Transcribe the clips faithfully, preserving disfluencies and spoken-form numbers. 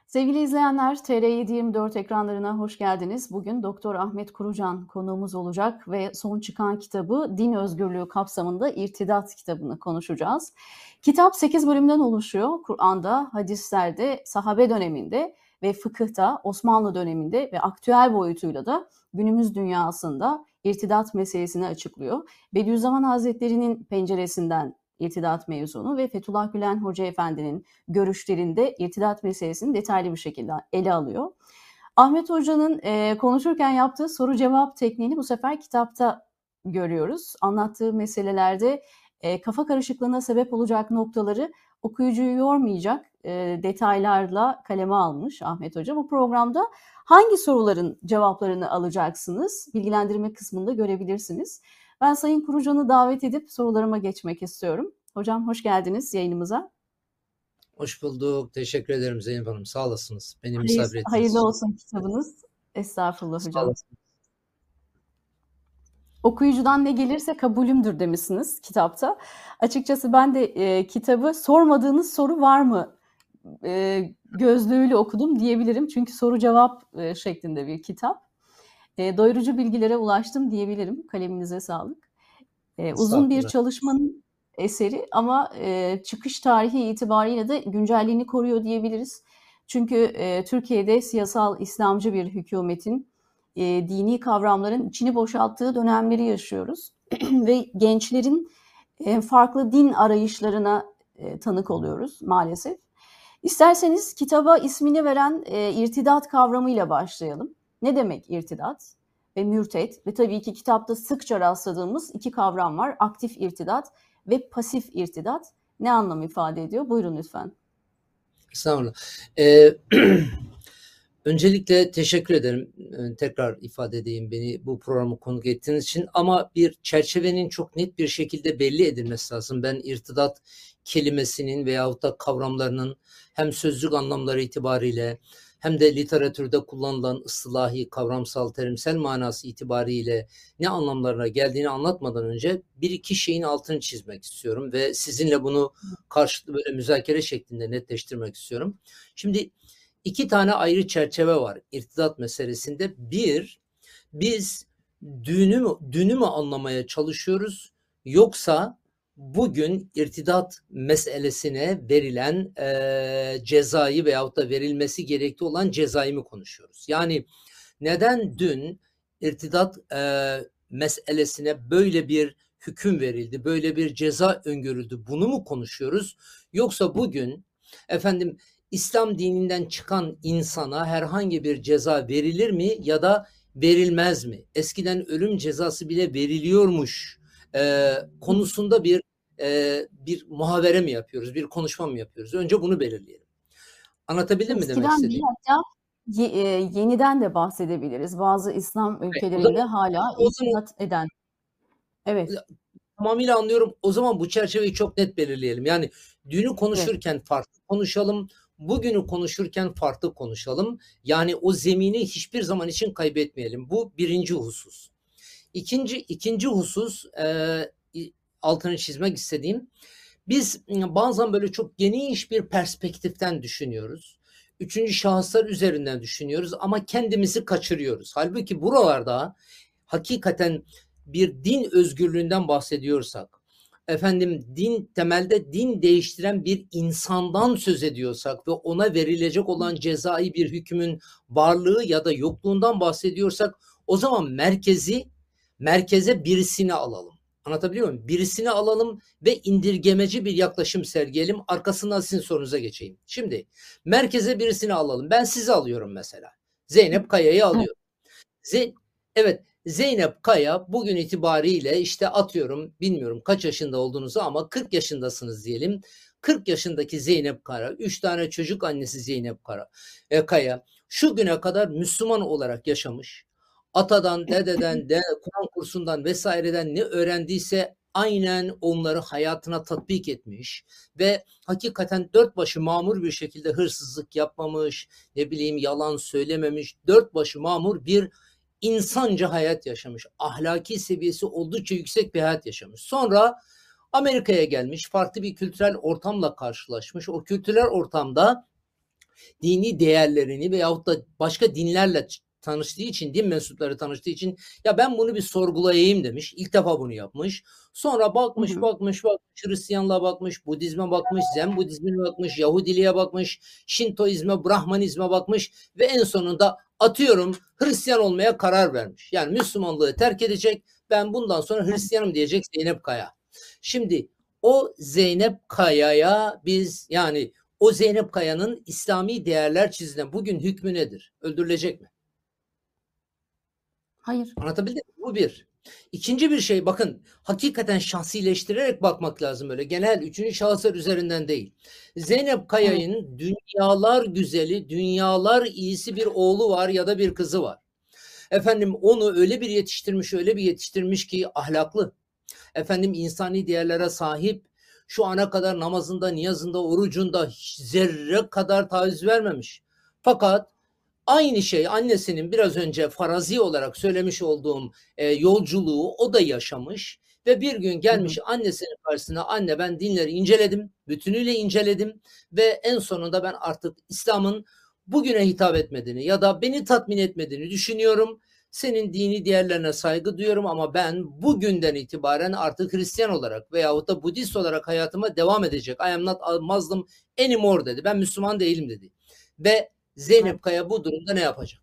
Sevgili izleyenler, T R yedi yirmi dört ekranlarına hoş geldiniz. Bugün Doktor Ahmet Kurucan konuğumuz olacak ve son çıkan kitabı Din Özgürlüğü kapsamında İrtidat kitabını konuşacağız. Kitap sekiz bölümden oluşuyor. Kur'an'da, hadislerde, sahabe döneminde ve fıkıhta, Osmanlı döneminde ve aktüel boyutuyla da günümüz dünyasında irtidat meselesini açıklıyor. Bediüzzaman Hazretleri'nin penceresinden irtidat mevzunu ve Fethullah Gülen Hoca Efendi'nin görüşlerinde irtidat meselesini detaylı bir şekilde ele alıyor. Ahmet Hoca'nın e, konuşurken yaptığı soru cevap tekniğini bu sefer kitapta görüyoruz. Anlattığı meselelerde e, kafa karışıklığına sebep olacak noktaları okuyucuyu yormayacak e, detaylarla kaleme almış Ahmet Hoca. Bu programda hangi soruların cevaplarını alacaksınız? Bilgilendirme kısmında görebilirsiniz. Ben Sayın Kurucan'ı davet edip sorularıma geçmek istiyorum. Hocam hoş geldiniz yayınımıza. Hoş bulduk. Teşekkür ederim Zeynep Hanım. Sağ olasınız. Beni Hayır, misafir ettiğiniz hayırlı için. olsun kitabınız. Estağfurullah Sağ hocam. olasınız. Okuyucudan ne gelirse kabulümdür demişsiniz kitapta. Açıkçası ben de e, kitabı sormadığınız soru var mı e, gözlüğüyle okudum diyebilirim. Çünkü soru cevap e, şeklinde bir kitap. E, doyurucu bilgilere ulaştım diyebilirim. Kaleminize sağlık. E, uzun bir çalışmanın eseri ama e, çıkış tarihi itibariyle de güncelliğini koruyor diyebiliriz. Çünkü e, Türkiye'de siyasal İslamcı bir hükümetin e, dini kavramların içini boşalttığı dönemleri yaşıyoruz. Ve gençlerin e, farklı din arayışlarına e, tanık oluyoruz maalesef. İsterseniz kitaba ismini veren e, irtidat kavramıyla başlayalım. Ne demek irtidat ve mürtet? Ve tabii ki kitapta sıkça rastladığımız iki kavram var. Aktif irtidat ve pasif irtidat. Ne anlam ifade ediyor? Buyurun lütfen. Estağfurullah. Ee, öncelikle teşekkür ederim. Ee, tekrar ifade edeyim beni bu programı konuk ettiğiniz için. Ama bir çerçevenin çok net bir şekilde belli edilmesi lazım. Ben irtidat kelimesinin veyahut da kavramlarının hem sözlük anlamları itibariyle hem de literatürde kullanılan ıslahi, kavramsal, terimsel manası itibariyle ne anlamlarına geldiğini anlatmadan önce bir iki şeyin altını çizmek istiyorum ve sizinle bunu karşılıklı böyle müzakere şeklinde netleştirmek istiyorum. Şimdi iki tane ayrı çerçeve var irtidat meselesinde. Bir, biz dünü mü, dünü mü anlamaya çalışıyoruz yoksa bugün irtidat meselesine verilen e, cezayı veyahut da verilmesi gerekli olan cezayı mı konuşuyoruz? Yani neden dün irtidat e, meselesine böyle bir hüküm verildi, böyle bir ceza öngörüldü, bunu mu konuşuyoruz? Yoksa bugün efendim İslam dininden çıkan insana herhangi bir ceza verilir mi ya da verilmez mi? Eskiden ölüm cezası bile veriliyormuş e, konusunda bir e, bir muhavere mi yapıyoruz, bir konuşma mı yapıyoruz? Önce bunu belirleyelim. Anlatabildim mi demek Eskiden değil, istediğim? hatta ye, e, yeniden de bahsedebiliriz. Bazı İslam ülkelerinde hala O zaman irtidat eden. Evet, tamamıyla anlıyorum. O zaman bu çerçeveyi çok net belirleyelim. Yani dünü evet. konuşurken farklı konuşalım. Bugünü konuşurken farklı konuşalım. Yani o zemini hiçbir zaman için kaybetmeyelim. Bu birinci husus. İkinci, ikinci husus e, altını çizmek istediğim. Biz bazen böyle çok geniş bir perspektiften düşünüyoruz. Üçüncü şahıslar üzerinden düşünüyoruz ama kendimizi kaçırıyoruz. Halbuki buralarda hakikaten bir din özgürlüğünden bahsediyorsak, efendim din temelde din değiştiren bir insandan söz ediyorsak ve ona verilecek olan cezai bir hükmün varlığı ya da yokluğundan bahsediyorsak o zaman merkezi merkeze birisini alalım. Anlatabiliyor muyum? Birisini alalım ve indirgemeci bir yaklaşım sergileyelim. Arkasından sizin sorunuza geçeyim. Şimdi merkeze birisini alalım. Ben sizi alıyorum mesela. Zeynep Kaya'yı alıyorum. Ze evet Zeynep Kaya bugün itibariyle işte atıyorum bilmiyorum kaç yaşında olduğunuzu ama kırk yaşındasınız diyelim. kırk yaşındaki Zeynep Kaya, üç tane çocuk annesi Zeynep Kaya, e, Kaya şu güne kadar Müslüman olarak yaşamış. Atadan, dededen, de, Kur'an kursundan vesaireden ne öğrendiyse aynen onları hayatına tatbik etmiş ve hakikaten dört başı mamur bir şekilde hırsızlık yapmamış, ne bileyim yalan söylememiş, dört başı mamur bir insanca hayat yaşamış. Ahlaki seviyesi oldukça yüksek bir hayat yaşamış. Sonra Amerika'ya gelmiş, farklı bir kültürel ortamla karşılaşmış. O kültürel ortamda Dini değerlerini veyahut da başka dinlerle tanıştığı için, din mensupları tanıştığı için ya ben bunu bir sorgulayayım demiş. İlk defa bunu yapmış. Sonra Hı bakmış, hı. bakmış, bakmış, Hristiyanlığa bakmış, Budizme bakmış, Zen Budizmine bakmış, Yahudiliğe bakmış, Şintoizme, Brahmanizme bakmış ve en sonunda atıyorum Hristiyan olmaya karar vermiş. Yani Müslümanlığı terk edecek, ben bundan sonra Evet. Hristiyanım diyecek Zeynep Kaya. Şimdi o Zeynep Kaya'ya biz yani o Zeynep Kaya'nın İslami değerler çizdiğine bugün hükmü nedir? Öldürülecek mi? Hayır. Anlatabildim mi? Bu bir. İkinci bir şey bakın hakikaten şahsileştirerek bakmak lazım öyle. Genel üçüncü şahıslar üzerinden değil. Zeynep Evet. Kaya'nın dünyalar güzeli, dünyalar iyisi bir oğlu var ya da bir kızı var. Efendim onu öyle bir yetiştirmiş, öyle bir yetiştirmiş ki ahlaklı. Efendim insani değerlere sahip, şu ana kadar namazında, niyazında, orucunda zerre kadar taviz vermemiş. Fakat aynı şey annesinin biraz önce farazi olarak söylemiş olduğum e, yolculuğu o da yaşamış ve bir gün Hı hı. gelmiş annesinin karşısına anne ben dinleri inceledim, bütünüyle inceledim ve en sonunda ben artık İslam'ın bugüne hitap etmediğini ya da beni tatmin etmediğini düşünüyorum. Senin dini değerlerine saygı duyuyorum ama ben bugünden itibaren artık Hristiyan olarak veyahut da Budist olarak hayatıma devam edecek. I am not a Muslim anymore dedi. Ben Müslüman değilim dedi. Ve Evet. Zeynep Kaya bu durumda ne yapacak?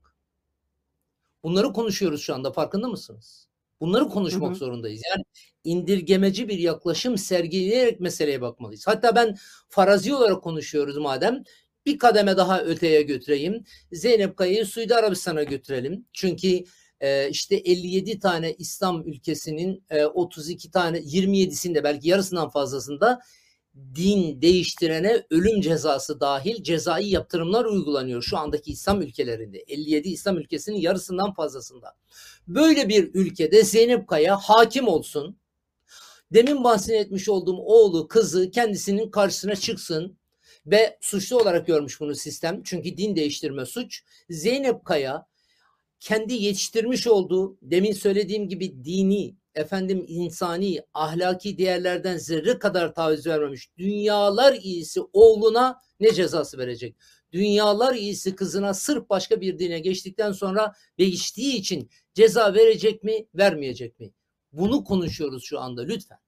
Bunları konuşuyoruz şu anda farkında mısınız? Bunları Hı konuşmak hı. zorundayız. Yani indirgemeci bir yaklaşım sergileyerek meseleye bakmalıyız. Hatta ben farazi olarak konuşuyoruz madem bir kademe daha öteye götüreyim. Zeynep Kaya'yı Suudi Arabistan'a götürelim. Çünkü e, işte elli yedi tane İslam ülkesinin e, otuz iki tane yirmi yedisinde belki yarısından fazlasında din değiştirene ölüm cezası dahil cezai yaptırımlar uygulanıyor şu andaki İslam ülkelerinde. elli yedi İslam ülkesinin yarısından fazlasında. Böyle bir ülkede Zeynep Kaya hakim olsun. Demin bahsetmiş olduğum oğlu, kızı kendisinin karşısına çıksın ve suçlu olarak görmüş bunu sistem. Çünkü din değiştirme suç. Zeynep Kaya kendi yetiştirmiş olduğu demin söylediğim gibi dini, efendim insani, ahlaki değerlerden zerre kadar taviz vermemiş. Dünyalar iyisi oğluna ne cezası verecek? Dünyalar iyisi kızına sırf başka bir dine geçtikten sonra değiştiği için ceza verecek mi, vermeyecek mi? Bunu konuşuyoruz şu anda lütfen.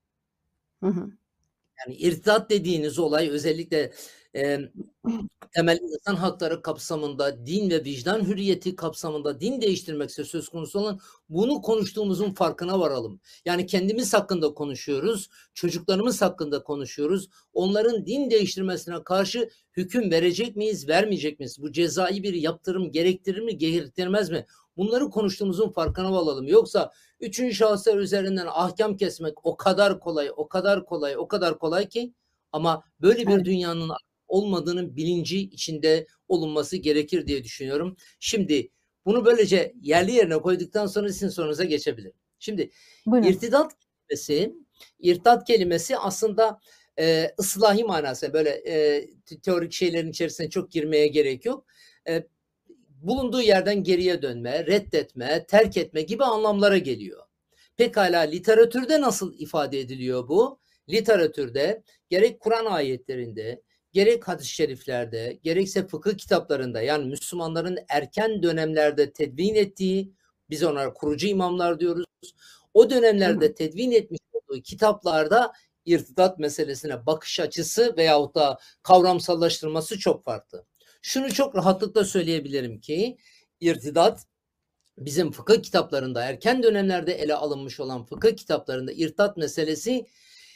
Hı hı. Yani irtidat dediğiniz olay özellikle e, temel insan hakları kapsamında, din ve vicdan hürriyeti kapsamında din değiştirmekse söz konusu olan bunu konuştuğumuzun farkına varalım. Yani kendimiz hakkında konuşuyoruz, çocuklarımız hakkında konuşuyoruz. Onların din değiştirmesine karşı hüküm verecek miyiz, vermeyecek miyiz? Bu cezai bir yaptırım gerektirir mi, gerektirmez mi? Bunları konuştuğumuzun farkına varalım. Yoksa üçüncü şahıslar üzerinden ahkam kesmek o kadar kolay, o kadar kolay, o kadar kolay ki ama böyle bir Evet. dünyanın olmadığının bilinci içinde olunması gerekir diye düşünüyorum. Şimdi bunu böylece yerli yerine koyduktan sonra sizin sorunuza geçebilirim. Şimdi Buyurun. irtidat kelimesi, irtidat kelimesi aslında e, ıslahi manası böyle e, teorik şeylerin içerisine çok girmeye gerek yok. E, bulunduğu yerden geriye dönme, reddetme, terk etme gibi anlamlara geliyor. Pekala literatürde nasıl ifade ediliyor bu? Literatürde gerek Kur'an ayetlerinde, gerek hadis-i şeriflerde, gerekse fıkıh kitaplarında yani Müslümanların erken dönemlerde tedvin ettiği, biz onlara kurucu imamlar diyoruz. O Hı hı. dönemlerde tedvin etmiş olduğu kitaplarda irtidat meselesine bakış açısı veyahut da kavramsallaştırması çok farklı. Şunu çok rahatlıkla söyleyebilirim ki irtidat bizim fıkıh kitaplarında erken dönemlerde ele alınmış olan fıkıh kitaplarında irtidat meselesi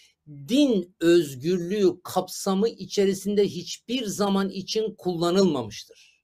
din özgürlüğü kapsamı içerisinde hiçbir zaman için kullanılmamıştır.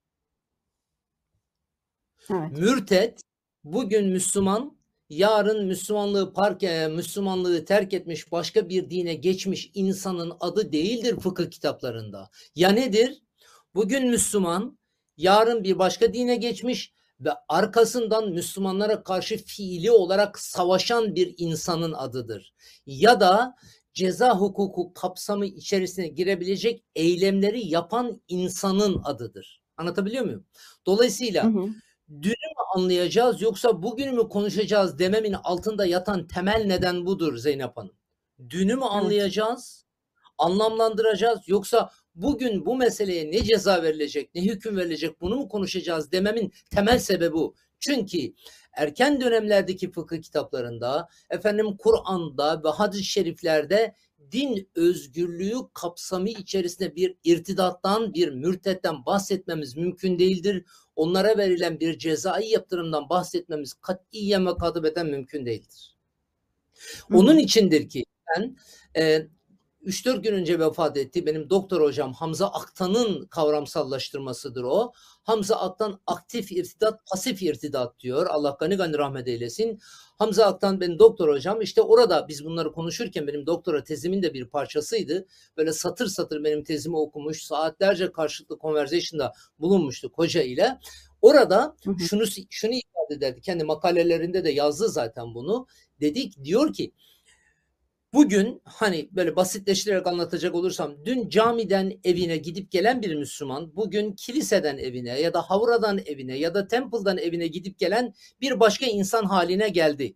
Evet. Mürted bugün Müslüman, yarın Müslümanlığı park Müslümanlığı terk etmiş başka bir dine geçmiş insanın adı değildir fıkıh kitaplarında. Ya nedir? Bugün Müslüman, yarın bir başka dine geçmiş ve arkasından Müslümanlara karşı fiili olarak savaşan bir insanın adıdır. Ya da ceza hukuku kapsamı içerisine girebilecek eylemleri yapan insanın adıdır. Anlatabiliyor muyum? Hı Dolayısıyla hı. dünü mü anlayacağız yoksa bugünü mü konuşacağız dememin altında yatan temel neden budur Zeynep Hanım. Dünü mü Evet. anlayacağız, anlamlandıracağız yoksa bugün bu meseleye ne ceza verilecek, ne hüküm verilecek, bunu mu konuşacağız dememin temel sebebi bu. Çünkü erken dönemlerdeki fıkıh kitaplarında, efendim Kur'an'da ve hadis-i şeriflerde din özgürlüğü kapsamı içerisinde bir irtidattan, bir mürtetten bahsetmemiz mümkün değildir. Onlara verilen bir cezai yaptırımdan bahsetmemiz katiyen ve katibeten mümkün değildir. Onun içindir ki ben e, üç dört gün önce vefat etti benim doktor hocam Hamza Aktan'ın kavramsallaştırmasıdır o. Hamza Aktan aktif irtidat, pasif irtidat diyor. Allah gani gani rahmet eylesin. Hamza Aktan benim doktor hocam. İşte orada biz bunları konuşurken benim doktora tezimin de bir parçasıydı. Böyle satır satır benim tezimi okumuş, saatlerce karşılıklı conversation'da bulunmuştuk hoca ile. Orada Hı hı. şunu şunu ifade ederdi. Kendi makalelerinde de yazdı zaten bunu. Dedik diyor ki bugün hani böyle basitleştirerek anlatacak olursam dün camiden evine gidip gelen bir Müslüman bugün kiliseden evine ya da havradan evine ya da temple'dan evine gidip gelen bir başka insan haline geldi.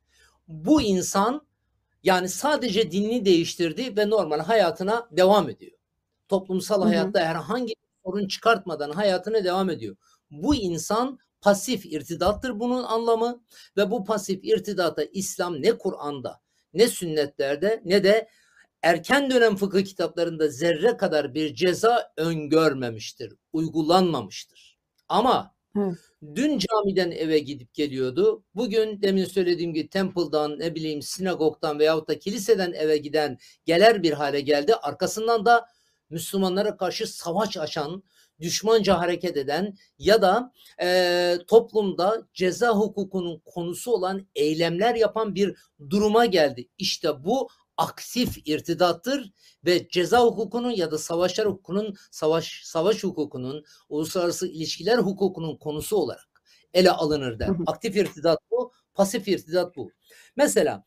Bu insan yani sadece dinini değiştirdi ve normal hayatına devam ediyor. Toplumsal Hı hı. hayatta herhangi bir sorun çıkartmadan hayatına devam ediyor. Bu insan pasif irtidattır bunun anlamı ve bu pasif irtidata İslam ne Kur'an'da ne sünnetlerde ne de erken dönem fıkıh kitaplarında zerre kadar bir ceza öngörmemiştir, uygulanmamıştır. Ama Evet. dün camiden eve gidip geliyordu. Bugün demin söylediğim gibi temple'dan, ne bileyim sinagogdan veyahut da kiliseden eve giden gelir bir hale geldi. Arkasından da Müslümanlara karşı savaş açan, düşmanca hareket eden ya da e, toplumda ceza hukukunun konusu olan eylemler yapan bir duruma geldi. İşte bu aktif irtidattır ve ceza hukukunun ya da savaşlar hukukunun, savaş savaş hukukunun, uluslararası ilişkiler hukukunun konusu olarak ele alınır der. Hı hı. Aktif irtidat bu, pasif irtidat bu. Mesela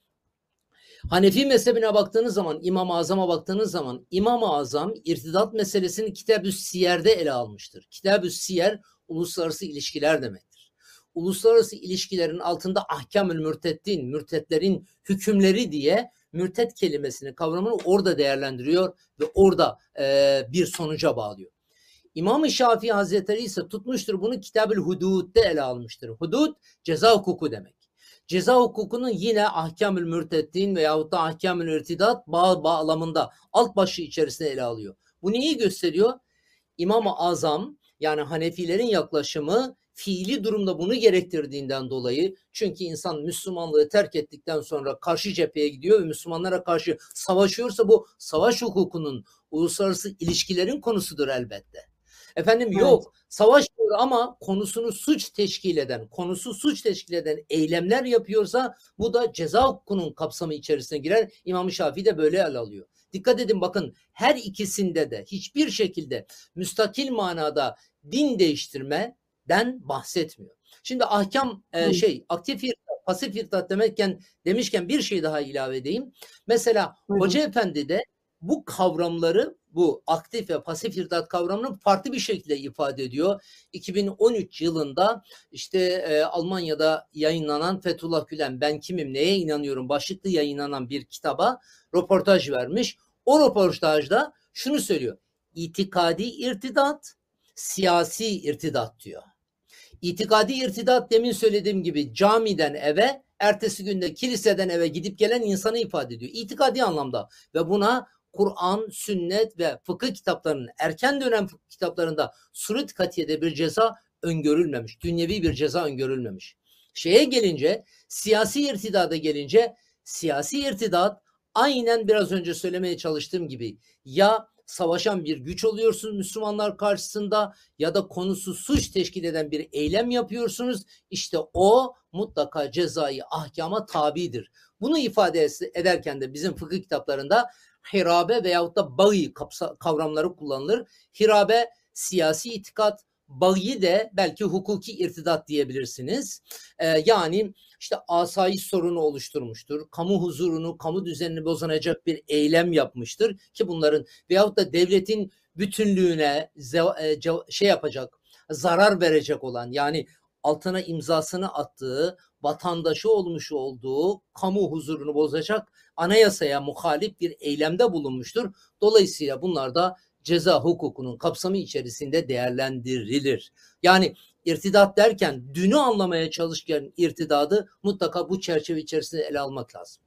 Hanefi mezhebine baktığınız zaman, İmam-ı Azam'a baktığınız zaman İmam-ı Azam irtidat meselesini Kitab-ı Siyer'de ele almıştır. Kitab-ı Siyer uluslararası ilişkiler demektir. Uluslararası ilişkilerin altında ahkam-ül mürteddin, mürtetlerin hükümleri diye mürtet kelimesini, kavramını orada değerlendiriyor ve orada e, bir sonuca bağlıyor. İmam-ı Şafii Hazretleri ise tutmuştur bunu Kitab-ül Hudud'de ele almıştır. Hudud ceza hukuku demek. Ceza hukukunun yine ahkam-ül mürteddin veyahut da ahkam-ül irtidat bağ bağlamında alt başlığı içerisinde ele alıyor. Bu neyi gösteriyor? İmam-ı Azam yani Hanefilerin yaklaşımı fiili durumda bunu gerektirdiğinden dolayı, çünkü insan Müslümanlığı terk ettikten sonra karşı cepheye gidiyor ve Müslümanlara karşı savaşıyorsa bu savaş hukukunun, uluslararası ilişkilerin konusudur elbette. Efendim Evet. yok savaşmıyor ama konusunu suç teşkil eden, konusu suç teşkil eden eylemler yapıyorsa bu da ceza hukukunun kapsamı içerisine girer. İmam-ı Şafii de böyle ele alıyor. Dikkat edin bakın her ikisinde de hiçbir şekilde müstakil manada din değiştirmeden bahsetmiyor. Şimdi ahkam e, şey aktif irtidat, pasif irtidat demekken demişken bir şey daha ilave edeyim. Mesela Buyurun. Hoca Efendi de bu kavramları, bu aktif ve pasif irtidat kavramını farklı bir şekilde ifade ediyor. iki bin on üç yılında işte e, Almanya'da yayınlanan Fethullah Gülen Ben Kimim Neye İnanıyorum başlıklı yayınlanan bir kitaba röportaj vermiş. O röportajda şunu söylüyor. İtikadi irtidat, siyasi irtidat diyor. İtikadi irtidat demin söylediğim gibi camiden eve, ertesi günde kiliseden eve gidip gelen insanı ifade ediyor. İtikadi anlamda ve buna Kur'an, sünnet ve fıkıh kitaplarının erken dönem fıkıh kitaplarında suret katiyede bir ceza öngörülmemiş. Dünyevi bir ceza öngörülmemiş. Şeye gelince, siyasi irtidada gelince, siyasi irtidat aynen biraz önce söylemeye çalıştığım gibi ya savaşan bir güç oluyorsunuz Müslümanlar karşısında ya da konusu suç teşkil eden bir eylem yapıyorsunuz. İşte o mutlaka cezai ahkama tabidir. Bunu ifade ederken de bizim fıkıh kitaplarında hirabe veyahut da bağı kavramları kullanılır. Hirabe siyasi itikat, bağı de belki hukuki irtidat diyebilirsiniz. Ee, yani işte asayiş sorunu oluşturmuştur. Kamu huzurunu, kamu düzenini bozanacak bir eylem yapmıştır ki bunların veyahut da devletin bütünlüğüne şey yapacak, zarar verecek olan yani altına imzasını attığı, vatandaşı olmuş olduğu kamu huzurunu bozacak anayasaya muhalif bir eylemde bulunmuştur. Dolayısıyla bunlar da ceza hukukunun kapsamı içerisinde değerlendirilir. Yani irtidat derken dünü anlamaya çalışırken irtidadı mutlaka bu çerçeve içerisinde ele almak lazım.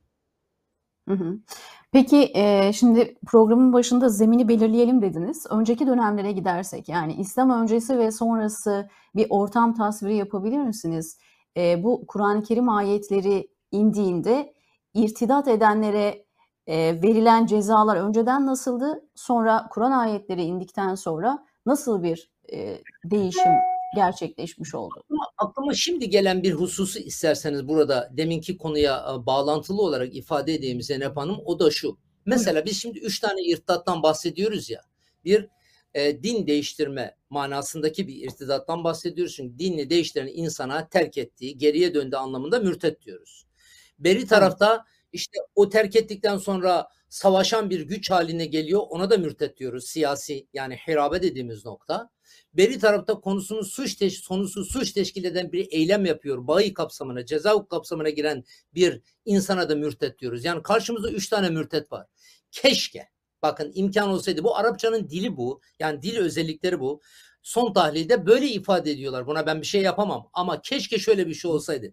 Hı hı. Peki, eee, şimdi programın başında zemini belirleyelim dediniz. Önceki dönemlere gidersek, yani İslam öncesi ve sonrası bir ortam tasviri yapabilir misiniz? Eee, bu Kur'an-ı Kerim ayetleri indiğinde irtidat edenlere, eee, verilen cezalar önceden nasıldı? Sonra Kur'an ayetleri indikten sonra nasıl bir, eee, değişim gerçekleşmiş oldu? Aklıma, aklıma şimdi gelen bir hususu isterseniz burada deminki konuya e, bağlantılı olarak ifade edeyim Zeynep Hanım. O da şu. Buyurun. Mesela biz şimdi üç tane irtidattan bahsediyoruz ya. Bir e, din değiştirme manasındaki bir irtidattan bahsediyoruz. Çünkü dinini değiştiren insana terk ettiği, geriye döndüğü anlamında mürtet diyoruz. Beri Evet. tarafta işte o terk ettikten sonra savaşan bir güç haline geliyor. Ona da mürtet diyoruz. Siyasi yani hirabe dediğimiz nokta. Beri tarafta konusunu suç teş konusu suç teşkil eden bir eylem yapıyor. Bayi kapsamına, ceza hukuk kapsamına giren bir insana da mürtet diyoruz. Yani karşımızda üç tane mürtet var. Keşke, bakın imkan olsaydı, bu Arapçanın dili bu. Yani dil özellikleri bu. Son tahlilde böyle ifade ediyorlar. Buna ben bir şey yapamam. Ama keşke şöyle bir şey olsaydı.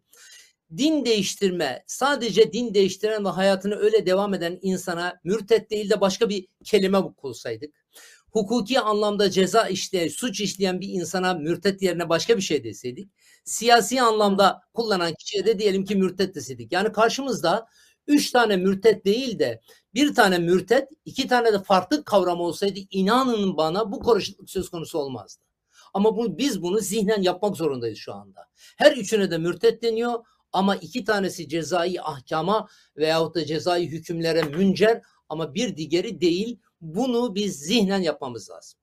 Din değiştirme, sadece din değiştiren ve hayatını öyle devam eden insana mürtet değil de başka bir kelime kulsaydık. Hukuki anlamda ceza işleyen, suç işleyen bir insana mürtet yerine başka bir şey deseydik. Siyasi Evet. anlamda kullanan kişiye de diyelim ki mürtet deseydik. Yani karşımızda üç tane mürtet değil de bir tane mürtet, iki tane de farklı kavram olsaydı inanın bana bu karışıklık söz konusu olmazdı. Ama bu, biz bunu zihnen yapmak zorundayız şu anda. Her üçüne de mürtet deniyor. Ama iki tanesi cezai ahkama veyahut da cezai hükümlere müncer ama bir diğeri değil. Bunu biz zihnen yapmamız lazım.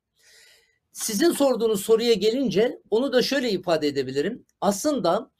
Sizin sorduğunuz soruya gelince onu da şöyle ifade edebilirim. Aslında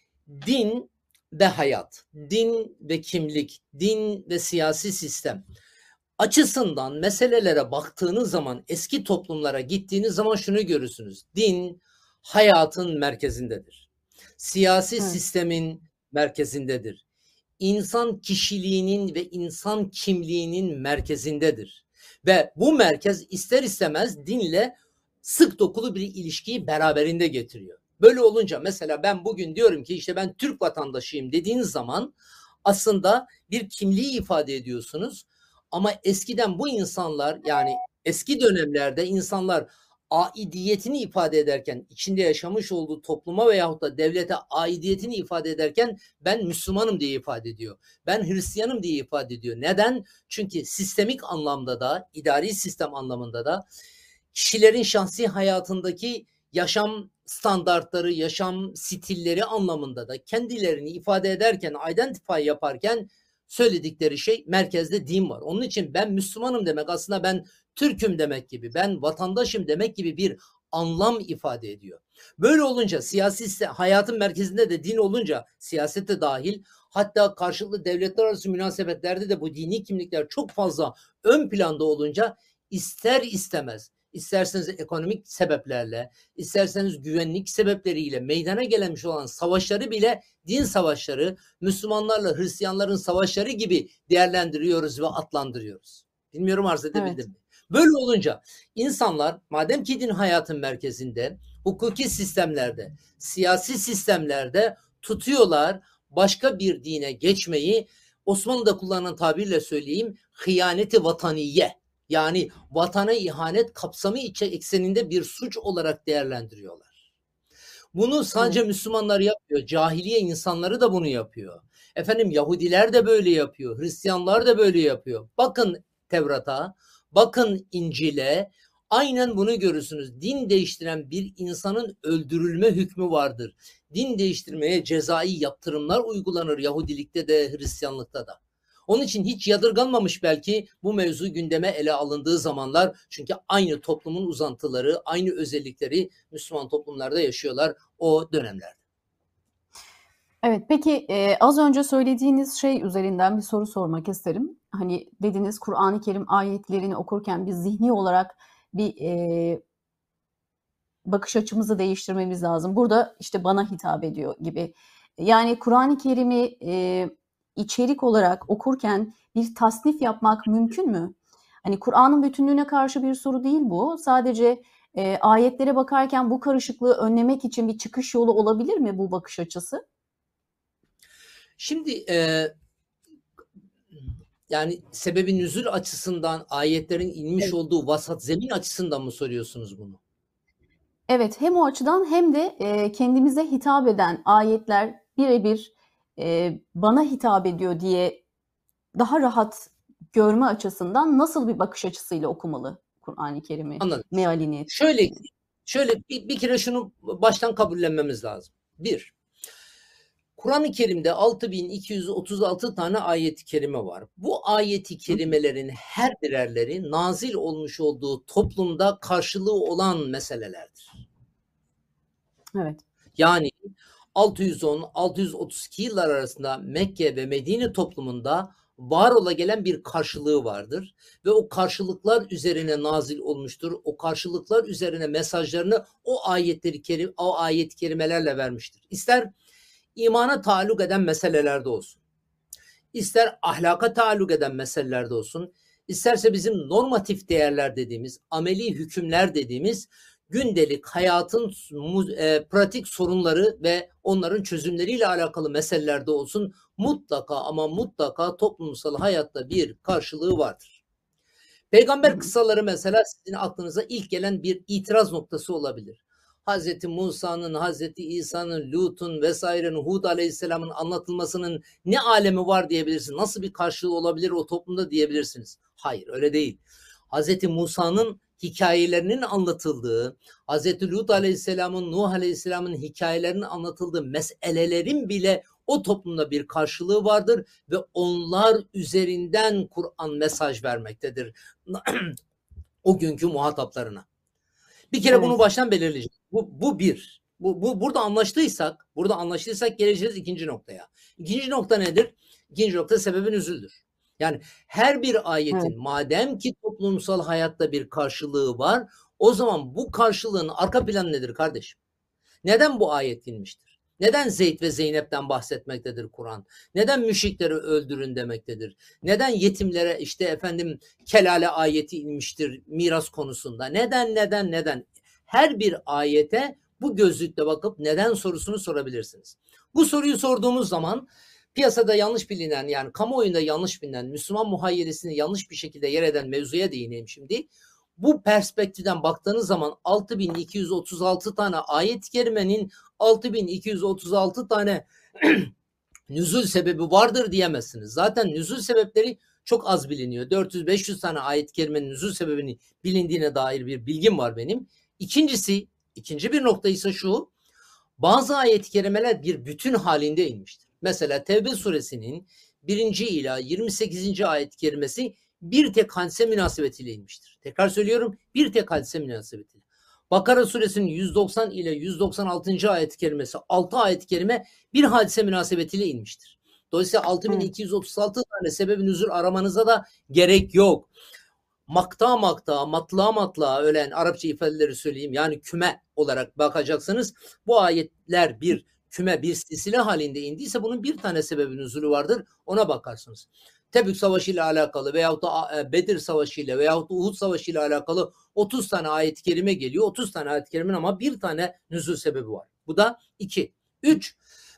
din ve hayat, din ve kimlik, din ve siyasi sistem açısından meselelere baktığınız zaman, eski toplumlara gittiğiniz zaman şunu görürsünüz. Din hayatın merkezindedir. Siyasi Evet. sistemin merkezindedir. İnsan kişiliğinin ve insan kimliğinin merkezindedir. Ve bu merkez ister istemez dinle sık dokulu bir ilişkiyi beraberinde getiriyor. Böyle olunca mesela ben bugün diyorum ki işte ben Türk vatandaşıyım dediğiniz zaman aslında bir kimliği ifade ediyorsunuz. Ama eskiden bu insanlar, yani eski dönemlerde insanlar aidiyetini ifade ederken, içinde yaşamış olduğu topluma veyahut da devlete aidiyetini ifade ederken ben Müslümanım diye ifade ediyor. Ben Hristiyanım diye ifade ediyor. Neden? Çünkü sistemik anlamda da, idari sistem anlamında da kişilerin şahsi hayatındaki yaşam standartları, yaşam stilleri anlamında da kendilerini ifade ederken, identify yaparken söyledikleri şey merkezde din var. Onun için ben Müslümanım demek aslında ben Türk'üm demek gibi, ben vatandaşım demek gibi bir anlam ifade ediyor. Böyle olunca siyasi hayatın merkezinde de din olunca siyasete dahil, hatta karşılıklı devletler arası münasebetlerde de bu dini kimlikler çok fazla ön planda olunca ister istemez, isterseniz ekonomik sebeplerle, isterseniz güvenlik sebepleriyle meydana gelmiş olan savaşları bile din savaşları, Müslümanlarla Hristiyanların savaşları gibi değerlendiriyoruz ve adlandırıyoruz. Bilmiyorum arz Evet. edebildim mi? Böyle olunca insanlar madem ki din hayatın merkezinde, hukuki sistemlerde, siyasi sistemlerde tutuyorlar başka bir dine geçmeyi, Osmanlı'da kullanılan tabirle söyleyeyim, hıyaneti vataniye, yani vatana ihanet kapsamı içe ekseninde bir suç olarak değerlendiriyorlar. Bunu sadece Evet. Müslümanlar yapmıyor. Cahiliye insanları da bunu yapıyor. Efendim Yahudiler de böyle yapıyor. Hristiyanlar da böyle yapıyor. Bakın Tevrat'a, bakın İncil'e, aynen bunu görürsünüz. Din değiştiren bir insanın öldürülme hükmü vardır. Din değiştirmeye cezai yaptırımlar uygulanır Yahudilikte de Hristiyanlıkta da. Onun için hiç yadırganmamış belki bu mevzu gündeme ele alındığı zamanlar. Çünkü aynı toplumun uzantıları, aynı özellikleri Müslüman toplumlarda yaşıyorlar o dönemlerde. Evet, peki, eee, az önce söylediğiniz şey üzerinden bir soru sormak isterim. Hani, dediniz, Kur'an-ı Kerim ayetlerini okurken biz zihni olarak bir, eee, bakış açımızı değiştirmemiz lazım. Burada, işte, bana hitap ediyor gibi. Yani Kur'an-ı Kerim'i, eee, içerik olarak okurken bir tasnif yapmak mümkün mü? Hani Kur'an'ın bütünlüğüne karşı bir soru değil bu. Sadece e, ayetlere bakarken bu karışıklığı önlemek için bir çıkış yolu olabilir mi bu bakış açısı? Şimdi e, yani sebebi nüzul açısından ayetlerin inmiş Evet. olduğu vasat zemin açısından mı soruyorsunuz bunu? Evet, hem o açıdan hem de e, kendimize hitap eden ayetler birebir e, bana hitap ediyor diye daha rahat görme açısından nasıl bir bakış açısıyla okumalı Kur'an-ı Kerim'i, Anladım. mealini? Şöyle ki, şöyle bir, bir kere şunu baştan kabullenmemiz lazım. Bir, Kur'an-ı Kerim'de altı bin iki yüz otuz altı tane ayet-i kerime var. Bu ayet-i kerimelerin her birerleri nazil olmuş olduğu toplumda karşılığı olan meselelerdir. Evet. Yani altı yüz on altı yüz otuz iki yıllar arasında Mekke ve Medine toplumunda var ola gelen bir karşılığı vardır ve o karşılıklar üzerine nazil olmuştur. O karşılıklar üzerine mesajlarını o ayetleri kerim, o ayet kerimelerle vermiştir. İster imana taalluk eden meselelerde olsun, ister ahlaka taalluk eden meselelerde olsun, isterse bizim normatif değerler dediğimiz, ameli hükümler dediğimiz gündelik hayatın e, pratik sorunları ve onların çözümleriyle alakalı meselelerde olsun, mutlaka ama mutlaka toplumsal hayatta bir karşılığı vardır. Peygamber kıssaları mesela sizin aklınıza ilk gelen bir itiraz noktası olabilir. Hazreti Musa'nın, Hazreti İsa'nın, Lut'un vesairenin, Hud Aleyhisselam'ın anlatılmasının ne alemi var diyebilirsiniz. Nasıl bir karşılığı olabilir o toplumda diyebilirsiniz. Hayır, öyle değil. Hazreti Musa'nın hikayelerinin anlatıldığı, Hazreti Lut Aleyhisselam'ın, Nuh Aleyhisselam'ın hikayelerinin anlatıldığı meselelerin bile o toplumda bir karşılığı vardır ve onlar üzerinden Kur'an mesaj vermektedir o günkü muhataplarına. Bir kere bunu Evet. baştan belirleyeceğiz. Bu, bu bir. Bu, bu, burada anlaştıysak, burada anlaştıysak geleceğiz ikinci noktaya. İkinci nokta nedir? İkinci nokta sebebin üzüldür. Yani her bir Evet. ayetin madem ki toplumsal hayatta bir karşılığı var, o zaman bu karşılığın arka planı nedir kardeşim? Neden bu ayet inmiştir? Neden Zeyd ve Zeynep'ten bahsetmektedir Kur'an? Neden müşrikleri öldürün demektedir? Neden yetimlere işte efendim kelale ayeti inmiştir miras konusunda? Neden, neden, neden? Her bir ayete bu gözlükle bakıp neden sorusunu sorabilirsiniz. Bu soruyu sorduğumuz zaman piyasada yanlış bilinen yani kamuoyunda yanlış bilinen Müslüman muhayyeresini yanlış bir şekilde yer eden mevzuya değineyim şimdi. Bu perspektiften baktığınız zaman altı bin iki yüz otuz altı tane ayet-i kerimenin altı bin iki yüz otuz altı tane nüzul sebebi vardır diyemezsiniz. Zaten nüzul sebepleri çok az biliniyor. dört yüz beş yüz tane ayet-i kerimenin nüzul sebebini bilindiğine dair bir bilgim var benim. İkincisi, ikinci bir nokta ise şu. Bazı ayet-i kerimeler bir bütün halinde inmiştir. Mesela Tevbe suresinin birinci ila yirmi sekizinci ayet-i kerimesi bir tek hadise münasebetiyle inmiştir. Tekrar söylüyorum, bir tek hadise münasebetiyle. Bakara suresinin yüz doksan ile yüz doksan altıncı ayet-i kerimesi altı ayet-i kerime bir hadise münasebetiyle inmiştir. Dolayısıyla altı bin iki yüz otuz altı tane sebebi nüzul aramanıza da gerek yok. Makta makta, matla matla ölen Arapça ifadeleri söyleyeyim. Yani küme olarak bakacaksınız. Bu ayetler bir küme, bir silsile halinde indiyse bunun bir tane sebebi nüzulü vardır. Ona bakarsınız. Tebük Savaşı ile alakalı veyahut da Bedir Savaşı ile veyahut da Uhud Savaşı ile alakalı otuz tane ayet-i kerime geliyor. otuz tane ayet-i kerimenin ama bir tane nüzul sebebi var. Bu da iki. Üç,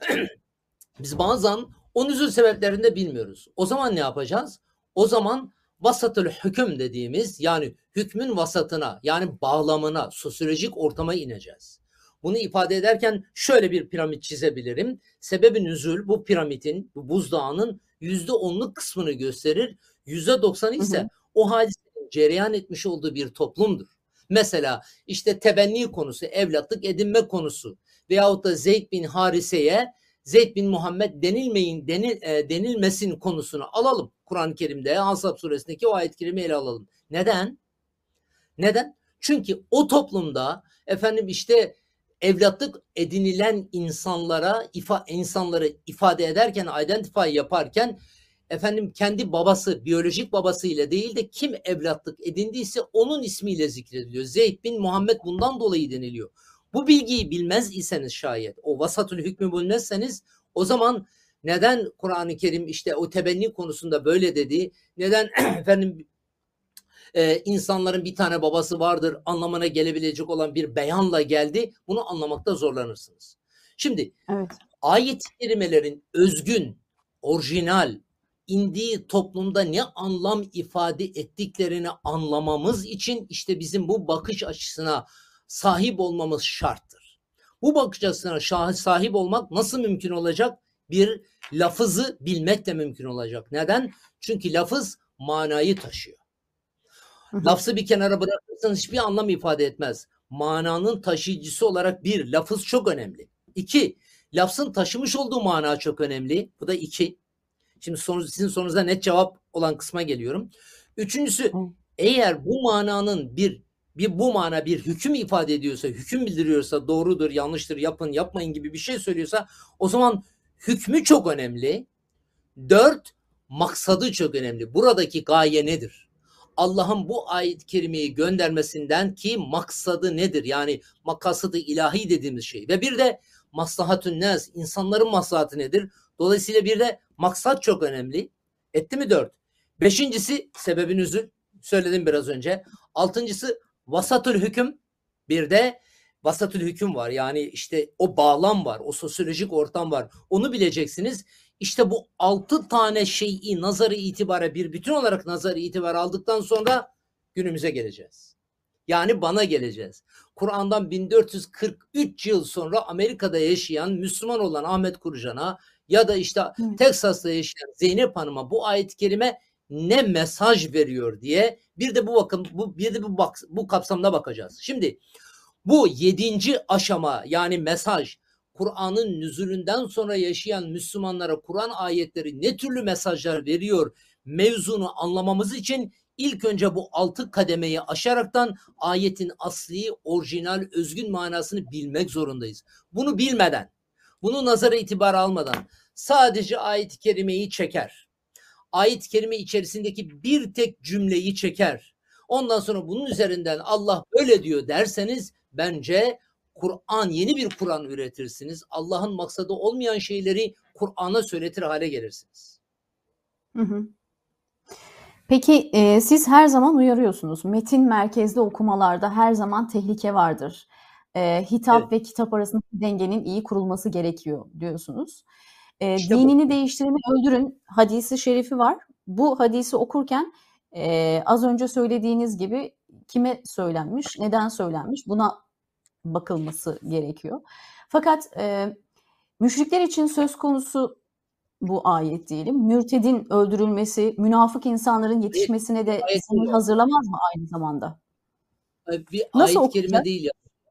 biz bazen o nüzul sebeplerini de bilmiyoruz. O zaman ne yapacağız? O zaman vasatül hüküm dediğimiz yani hükmün vasatına yani bağlamına, sosyolojik ortama ineceğiz. Bunu ifade ederken şöyle bir piramit çizebilirim. Sebebi nüzul bu piramidin, bu buzdağının yüzde onluk kısmını gösterir. Yüzde doksanı ise o hadisenin cereyan etmiş olduğu bir toplumdur. Mesela işte tebenni konusu, evlatlık edinme konusu veyahut da Zeyd bin Harise'ye Zeyd bin Muhammed denilmeyin, denil, e, denilmesin konusunu alalım. Kur'an-ı Kerim'de Ahzab suresindeki o ayet-i kerimeyi ele alalım. Neden? Neden? Çünkü o toplumda efendim işte evlatlık edinilen insanlara ifa, insanları ifade ederken, identify yaparken efendim kendi babası, biyolojik babasıyla değil de kim evlatlık edindiyse onun ismiyle zikrediliyor. Zeyd bin Muhammed bundan dolayı deniliyor. Bu bilgiyi bilmez iseniz şayet, o vasatül hükmü bilmezseniz o zaman neden Kur'an-ı Kerim işte o tebenni konusunda böyle dedi? Neden efendim e, insanların bir tane babası vardır anlamına gelebilecek olan bir beyanla geldi. Bunu anlamakta zorlanırsınız. Şimdi Evet. ayet-i kerimelerin özgün, orijinal, indiği toplumda ne anlam ifade ettiklerini anlamamız için işte bizim bu bakış açısına sahip olmamız şarttır. Bu bakış açısına sahip olmak nasıl mümkün olacak? Bir lafızı bilmek de mümkün olacak. Neden? Çünkü lafız manayı taşıyor. Hı hı. Lafzı bir kenara bırakırsanız hiçbir anlam ifade etmez. Mananın taşıyıcısı olarak bir, lafız çok önemli. İki, lafzın taşımış olduğu mana çok önemli. Bu da iki. Şimdi sorunuz, sizin sorunuzda net cevap olan kısma geliyorum. Üçüncüsü, Evet. eğer bu mananın bir bir bu mana bir hüküm ifade ediyorsa, hüküm bildiriyorsa, doğrudur, yanlıştır, yapın, yapmayın gibi bir şey söylüyorsa, o zaman hükmü çok önemli. Dört, maksadı çok önemli. Buradaki gaye nedir? Allah'ın bu ayet-i kerimeyi göndermesinden ki maksadı nedir? Yani makasıdı ilahi dediğimiz şey. Ve bir de maslahatün nas, insanların maslahatı nedir? Dolayısıyla bir de maksat çok önemli. Etti mi dört? Beşincisi sebebi nüzul. Söyledim biraz önce. Altıncısı vasatül hüküm. Bir de vasatül hüküm var. Yani işte o bağlam var. O sosyolojik ortam var. Onu bileceksiniz. İşte bu altı tane şeyi nazarı itibara bir bütün olarak nazarı itibar aldıktan sonra günümüze geleceğiz. Yani bana geleceğiz. Kur'an'dan bin dört yüz kırk üç yıl sonra Amerika'da yaşayan Müslüman olan Ahmet Kurucan'a ya da işte Evet. Teksas'ta yaşayan Zeynep Hanım'a bu ayet-i kerime ne mesaj veriyor diye bir de bu bakın bu bir de bu bak, bu kapsamda bakacağız. Şimdi bu yedinci aşama yani mesaj, Kur'an'ın nüzulünden sonra yaşayan Müslümanlara Kur'an ayetleri ne türlü mesajlar veriyor mevzunu anlamamız için ilk önce bu altı kademeyi aşaraktan ayetin asli, orijinal, özgün manasını bilmek zorundayız. Bunu bilmeden, bunu nazara itibar almadan sadece ayet-i kerimeyi çeker. Ayet-i kerime içerisindeki bir tek cümleyi çeker. Ondan sonra bunun üzerinden Allah böyle diyor derseniz bence Kur'an, yeni bir Kur'an üretirsiniz. Allah'ın maksadı olmayan şeyleri Kur'an'a söyletir hale gelirsiniz. Hı hı. Peki e, siz her zaman uyarıyorsunuz. Metin merkezli okumalarda her zaman tehlike vardır. E, hitap Evet. ve kitap arasındaki dengenin iyi kurulması gerekiyor diyorsunuz. E, İşte bu. dinini değiştireni öldürün hadisi şerifi var. Bu hadisi okurken e, az önce söylediğiniz gibi kime söylenmiş, neden söylenmiş buna bakılması gerekiyor. Fakat e, müşrikler için söz konusu bu ayet diyelim. Mürtedin öldürülmesi, münafık insanların yetişmesine de Ayet değil zemin ya. hazırlamaz mı aynı zamanda? Bir Nasıl ayet-i kerime okuyacağız değil ya.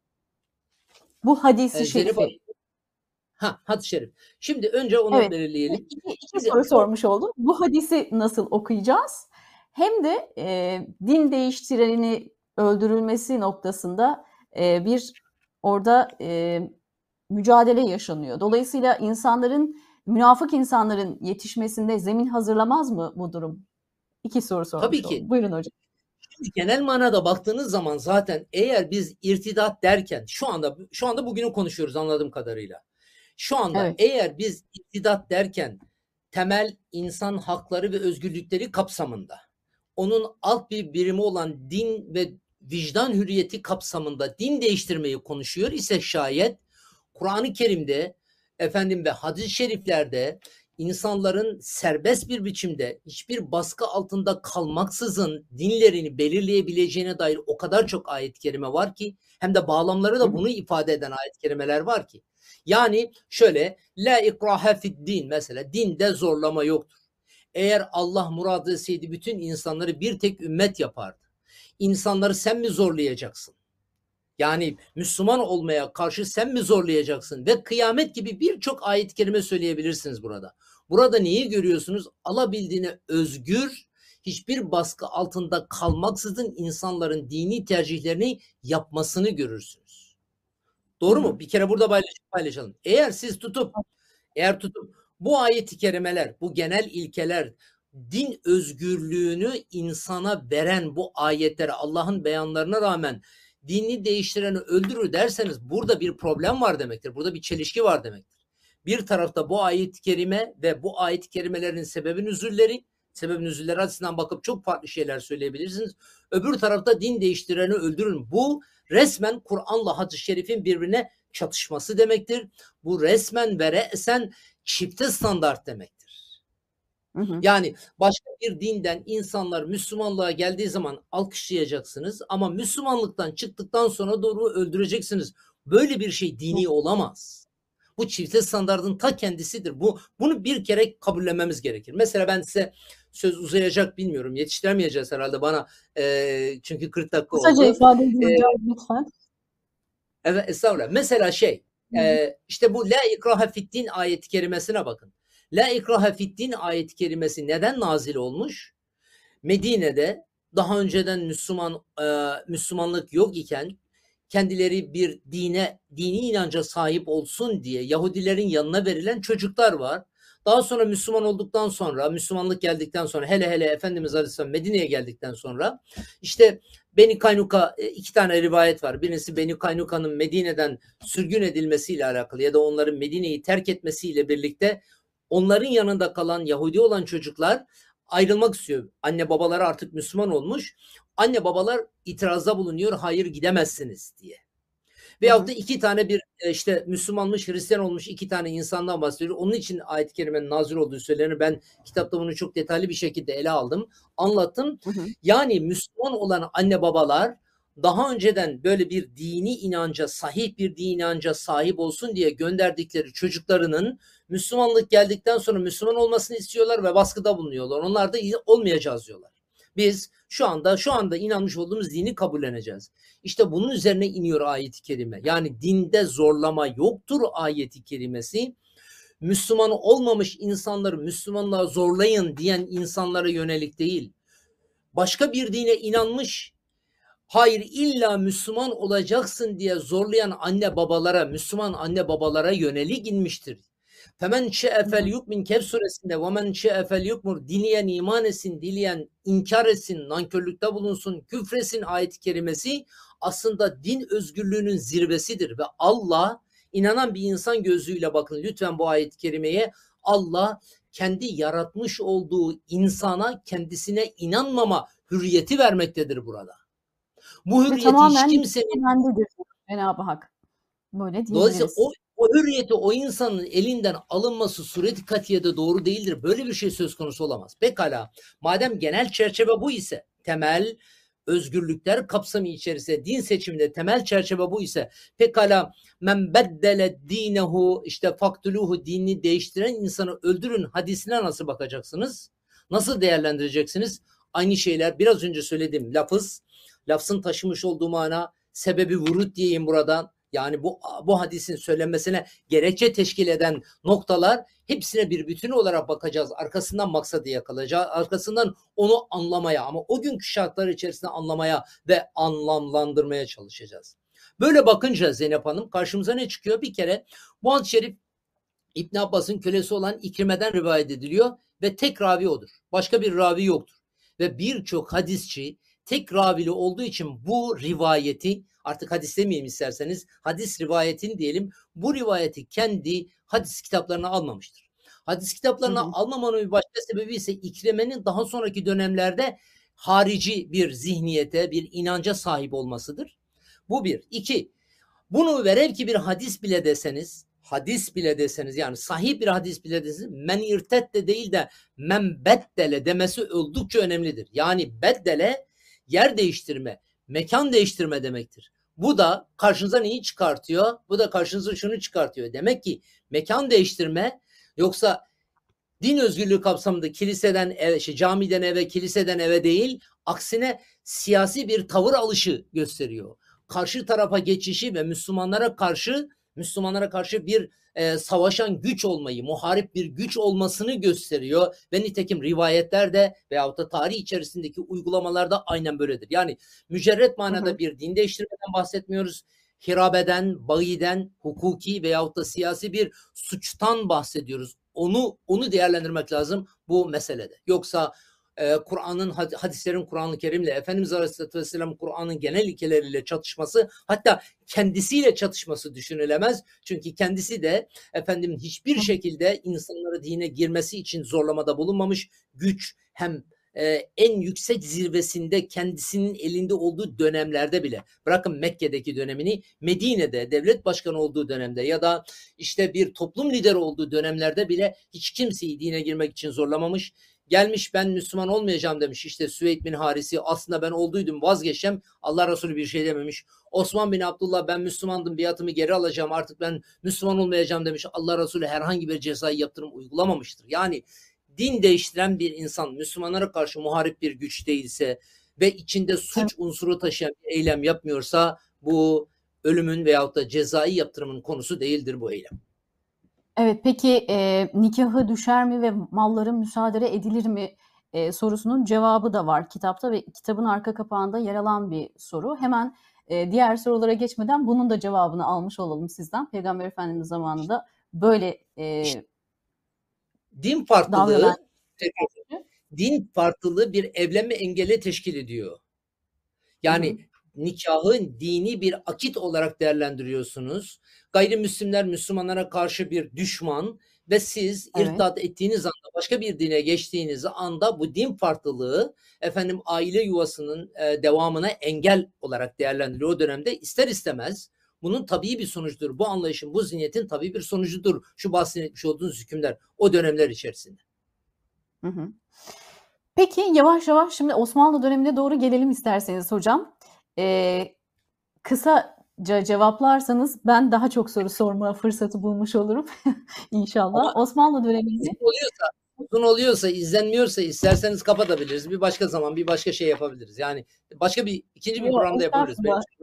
bu hadisi E, Zeynep şerifi? ha, hadis-i şerif. Şimdi önce onu Evet, belirleyelim. iki, iki Şimdi soru o sormuş oldum. Bu hadisi nasıl okuyacağız? Hem de e, din değiştireni öldürülmesi noktasında e, bir orada e, mücadele yaşanıyor. Dolayısıyla insanların, münafık insanların yetişmesinde zemin hazırlamaz mı bu durum? İki soru tabii sormuş ki oldum. Buyurun hocam. genel manada baktığınız zaman zaten eğer biz irtidat derken şu anda şu anda bugünü konuşuyoruz anladığım kadarıyla. Şu anda Evet. eğer biz irtidat derken temel insan hakları ve özgürlükleri kapsamında onun alt bir birimi olan din ve vicdan hürriyeti kapsamında din değiştirmeyi konuşuyor ise şayet Kur'an-ı Kerim'de efendim ve hadis-i şeriflerde insanların serbest bir biçimde hiçbir baskı altında kalmaksızın dinlerini belirleyebileceğine dair o kadar çok ayet-i kerime var ki hem de bağlamları Hı da hı. bunu ifade eden ayet-i kerimeler var ki. Yani şöyle la ikrahe fid din mesela dinde zorlama yoktur. Eğer Allah murad etseydi bütün insanları bir tek ümmet yapardı. İnsanları sen mi zorlayacaksın? Yani Müslüman olmaya karşı sen mi zorlayacaksın? Ve kıyamet gibi birçok ayet-i kerime söyleyebilirsiniz burada. Burada neyi görüyorsunuz? Alabildiğine özgür, hiçbir baskı altında kalmaksızın insanların dini tercihlerini yapmasını görürsünüz. Hı Doğru hı. mu? Bir kere burada paylaşalım. Eğer siz tutup eğer tutup bu ayet-i kerimeler, bu genel ilkeler, din özgürlüğünü insana veren bu ayetlere, Allah'ın beyanlarına rağmen dini değiştireni öldürür derseniz burada bir problem var demektir. Burada bir çelişki var demektir. Bir tarafta bu ayet-i kerime ve bu ayet-i kerimelerin sebebi nüzulleri sebep nüzulleri açısından bakıp çok farklı şeyler söyleyebilirsiniz. Öbür tarafta din değiştireni öldürün. Bu resmen Kur'an'la hadis-i şerifin birbirine çatışması demektir. Bu resmen ve re'sen çifte standart demektir. Hı hı. Yani başka bir dinden insanlar Müslümanlığa geldiği zaman alkışlayacaksınız ama Müslümanlıktan çıktıktan sonra doğru öldüreceksiniz. Böyle bir şey dini olamaz. Bu çifte standardın ta kendisidir. Bu bunu bir kere kabullenmemiz gerekir. Mesela ben size söz uzayacak bilmiyorum. Yetiştiremeyeceğiz herhalde bana. E, çünkü kırk dakika Kısaca oldu. ifade edin E, hocam lütfen. evet estağfurullah. Mesela şey e, işte bu la ikrahe fiddin ayet-i kerimesine bakın. La ikrahe fiddin ayet-i kerimesi neden nazil olmuş? Medine'de daha önceden Müslüman e, Müslümanlık yok iken kendileri bir dine, dini inanca sahip olsun diye Yahudilerin yanına verilen çocuklar var. Daha sonra Müslüman olduktan sonra, Müslümanlık geldikten sonra, hele hele Efendimiz Aleyhisselam Medine'ye geldikten sonra işte Beni Kaynuka, iki tane rivayet var. Birincisi Beni Kaynuka'nın Medine'den sürgün edilmesiyle alakalı ya da onların Medine'yi terk etmesiyle birlikte onların yanında kalan Yahudi olan çocuklar ayrılmak istiyor. Anne babaları artık Müslüman olmuş. Anne babalar itirazda bulunuyor. Hayır gidemezsiniz diye. Veyahut da iki tane bir işte Müslümanmış, Hristiyan olmuş iki tane insandan bahsediyor. Onun için ayet-i kerimenin nazil olduğu söylenir. Ben kitapta bunu çok detaylı bir şekilde ele aldım, anlattım. Hı hı. Yani Müslüman olan anne babalar daha önceden böyle bir dini inanca, sahih bir dini inanca sahip olsun diye gönderdikleri çocuklarının Müslümanlık geldikten sonra Müslüman olmasını istiyorlar ve baskıda bulunuyorlar. Onlar da olmayacağız diyorlar. Biz şu anda şu anda inanmış olduğumuz dini kabulleneceğiz. İşte bunun üzerine iniyor ayet-i kerime. Yani dinde zorlama yoktur ayet-i kerimesi. Müslüman olmamış insanları Müslümanlığa zorlayın diyen insanlara yönelik değil. Başka bir dine inanmış, hayır illa Müslüman olacaksın diye zorlayan anne babalara, Müslüman anne babalara yönelik inmiştir. Femen şe'e fel yukmin Kehf suresinde ve men şe'e fel yukmur, dileyen iman etsin, dileyen inkar etsin, nankörlükte bulunsun, küfresin ayet-i kerimesi aslında din özgürlüğünün zirvesidir ve Allah, inanan bir insan gözüyle bakın lütfen bu ayet-i kerimeye, Allah kendi yaratmış olduğu insana kendisine inanmama hürriyeti vermektedir burada. Bu Ve hürriyeti hiç tamamen kimsenin bendedir Cenab-ı Hak. Böyle dolayısıyla diyebiliriz. o, o hürriyeti o insanın elinden alınması sureti katiyede doğru değildir. Böyle bir şey söz konusu olamaz. Pekala madem genel çerçeve bu ise, temel özgürlükler kapsamı içerisinde din seçiminde temel çerçeve bu ise, pekala men beddele dinehu, işte faktuluhu, dinini değiştiren insanı öldürün hadisine nasıl bakacaksınız? Nasıl değerlendireceksiniz? Aynı şeyler biraz önce söylediğim lafız, lafzın taşımış olduğu mana, sebebi vurut diyeyim buradan. Yani bu bu hadisin söylenmesine gerekçe teşkil eden noktalar, hepsine bir bütün olarak bakacağız. Arkasından maksadı yakalayacağız. Arkasından onu anlamaya, ama o günkü şartlar içerisinde anlamaya ve anlamlandırmaya çalışacağız. Böyle bakınca Zeynep Hanım karşımıza ne çıkıyor? Bir kere bu hadis-i şerif İbn Abbas'ın kölesi olan İkrime'den rivayet ediliyor ve tek ravi odur. Başka bir ravi yoktur. Ve birçok hadisçi tek ravili olduğu için bu rivayeti, artık hadis demeyeyim isterseniz, hadis rivayetin diyelim, bu rivayeti kendi hadis kitaplarına almamıştır. Hadis kitaplarına Hı hı. almamanın bir başka sebebi ise İkrime'nin daha sonraki dönemlerde harici bir zihniyete, bir inanca sahip olmasıdır. Bu bir. İki, bunu velev ki bir hadis bile deseniz, hadis bile deseniz, yani sahih bir hadis bile deseniz, men irtedde değil de men beddele demesi oldukça önemlidir. Yani beddele yer değiştirme, mekan değiştirme demektir. Bu da karşınıza neyi çıkartıyor? Bu da karşınıza şunu çıkartıyor. Demek ki mekan değiştirme, yoksa din özgürlüğü kapsamında kiliseden eve, şey, camiden eve, kiliseden eve değil, aksine siyasi bir tavır alışı gösteriyor. Karşı tarafa geçişi ve Müslümanlara karşı Müslümanlara karşı bir e, savaşan güç olmayı, muharip bir güç olmasını gösteriyor ve nitekim rivayetlerde veyahut da tarih içerisindeki uygulamalarda aynen böyledir. Yani mücerret manada hı hı. bir din değiştirmeden bahsetmiyoruz. Hirabeden, bagiden, hukuki veyahut da siyasi bir suçtan bahsediyoruz. Onu onu değerlendirmek lazım bu meselede. Yoksa e, Kur'an'ın, hadislerin Kur'an-ı Kerim'le, Efendimiz Aleyhisselatü Vesselam Kur'an'ın genel ilkeleriyle çatışması, hatta kendisiyle çatışması düşünülemez. Çünkü kendisi de efendim hiçbir şekilde insanları dine girmesi için zorlamada bulunmamış. Güç hem e, en yüksek zirvesinde kendisinin elinde olduğu dönemlerde bile, bırakın Mekke'deki dönemini, Medine'de devlet başkanı olduğu dönemde ya da işte bir toplum lideri olduğu dönemlerde bile hiç kimseyi dine girmek için zorlamamış. Gelmiş ben Müslüman olmayacağım demiş. İşte Süveyd bin Harisi, aslında ben olduydum, vazgeçeceğim. Allah Resulü bir şey dememiş. Osman bin Abdullah, ben Müslümandım, biatımı geri alacağım, artık ben Müslüman olmayacağım demiş. Allah Resulü herhangi bir cezai yaptırım uygulamamıştır. Yani din değiştiren bir insan Müslümanlara karşı muharip bir güç değilse ve içinde suç unsuru taşıyan bir eylem yapmıyorsa, bu ölümün veyahut da cezai yaptırımın konusu değildir bu eylem. Evet, peki e, nikahı düşer mi ve malların müsaade edilir mi e, sorusunun cevabı da var kitapta ve kitabın arka kapağında yer alan bir soru. Hemen e, diğer sorulara geçmeden bunun da cevabını almış olalım sizden. Peygamber Efendimiz zamanında böyle e, din farklılığı davranan... din farklılığı bir evlenme engeli teşkil ediyor. Yani hı hı. Nikahı dini bir akit olarak değerlendiriyorsunuz. Gayrimüslimler Müslümanlara karşı bir düşman ve siz evet. irtidat ettiğiniz anda, başka bir dine geçtiğiniz anda bu din farklılığı efendim aile yuvasının e, devamına engel olarak değerlendiriliyor. O dönemde ister istemez bunun tabii bir sonucudur. Bu anlayışın, bu zihniyetin tabii bir sonucudur. Şu bahsetmiş olduğunuz hükümler o dönemler içerisinde. Hı hı. Peki yavaş yavaş şimdi Osmanlı dönemine doğru gelelim isterseniz hocam. Ee, kısaca cevaplarsanız ben daha çok soru sorma fırsatı bulmuş olurum inşallah. Ama Osmanlı döneminde... Uzun oluyorsa, uzun oluyorsa, izlenmiyorsa isterseniz kapatabiliriz. Bir başka zaman, bir başka şey yapabiliriz. Yani başka bir, ikinci bir Yok, programda yapabiliriz.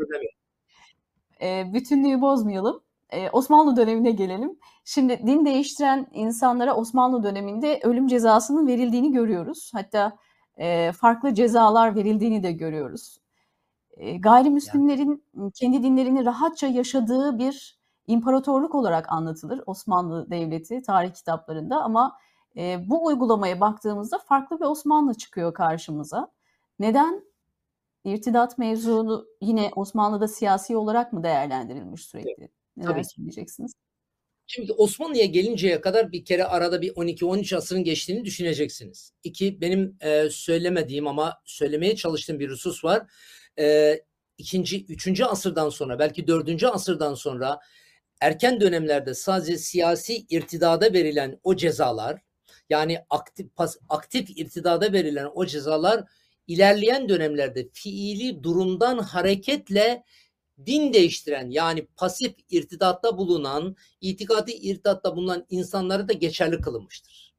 Ee, bütünlüğü bozmayalım. Ee, Osmanlı dönemine gelelim. Şimdi din değiştiren insanlara Osmanlı döneminde ölüm cezasının verildiğini görüyoruz. Hatta e, farklı cezalar verildiğini de görüyoruz. E, gayrimüslimlerin yani kendi dinlerini rahatça yaşadığı bir imparatorluk olarak anlatılır Osmanlı Devleti tarih kitaplarında. Ama e, bu uygulamaya baktığımızda farklı bir Osmanlı çıkıyor karşımıza. Neden? İrtidat mevzunu yine Osmanlı'da siyasi olarak mı değerlendirilmiş sürekli? Neler Tabii. söyleyeceksiniz? Şimdi Osmanlı'ya gelinceye kadar bir kere arada bir on iki on üç asrın geçtiğini düşüneceksiniz. İki, benim e, söylemediğim ama söylemeye çalıştığım bir husus var. E, ikinci, üçüncü asırdan sonra, belki dördüncü asırdan sonra erken dönemlerde sadece siyasi irtidada verilen o cezalar, yani aktif, pas, aktif irtidada verilen o cezalar ilerleyen dönemlerde fiili durumdan hareketle din değiştiren, yani pasif irtidatta bulunan, itikadi irtidatta bulunan insanlara da geçerli kılınmıştır.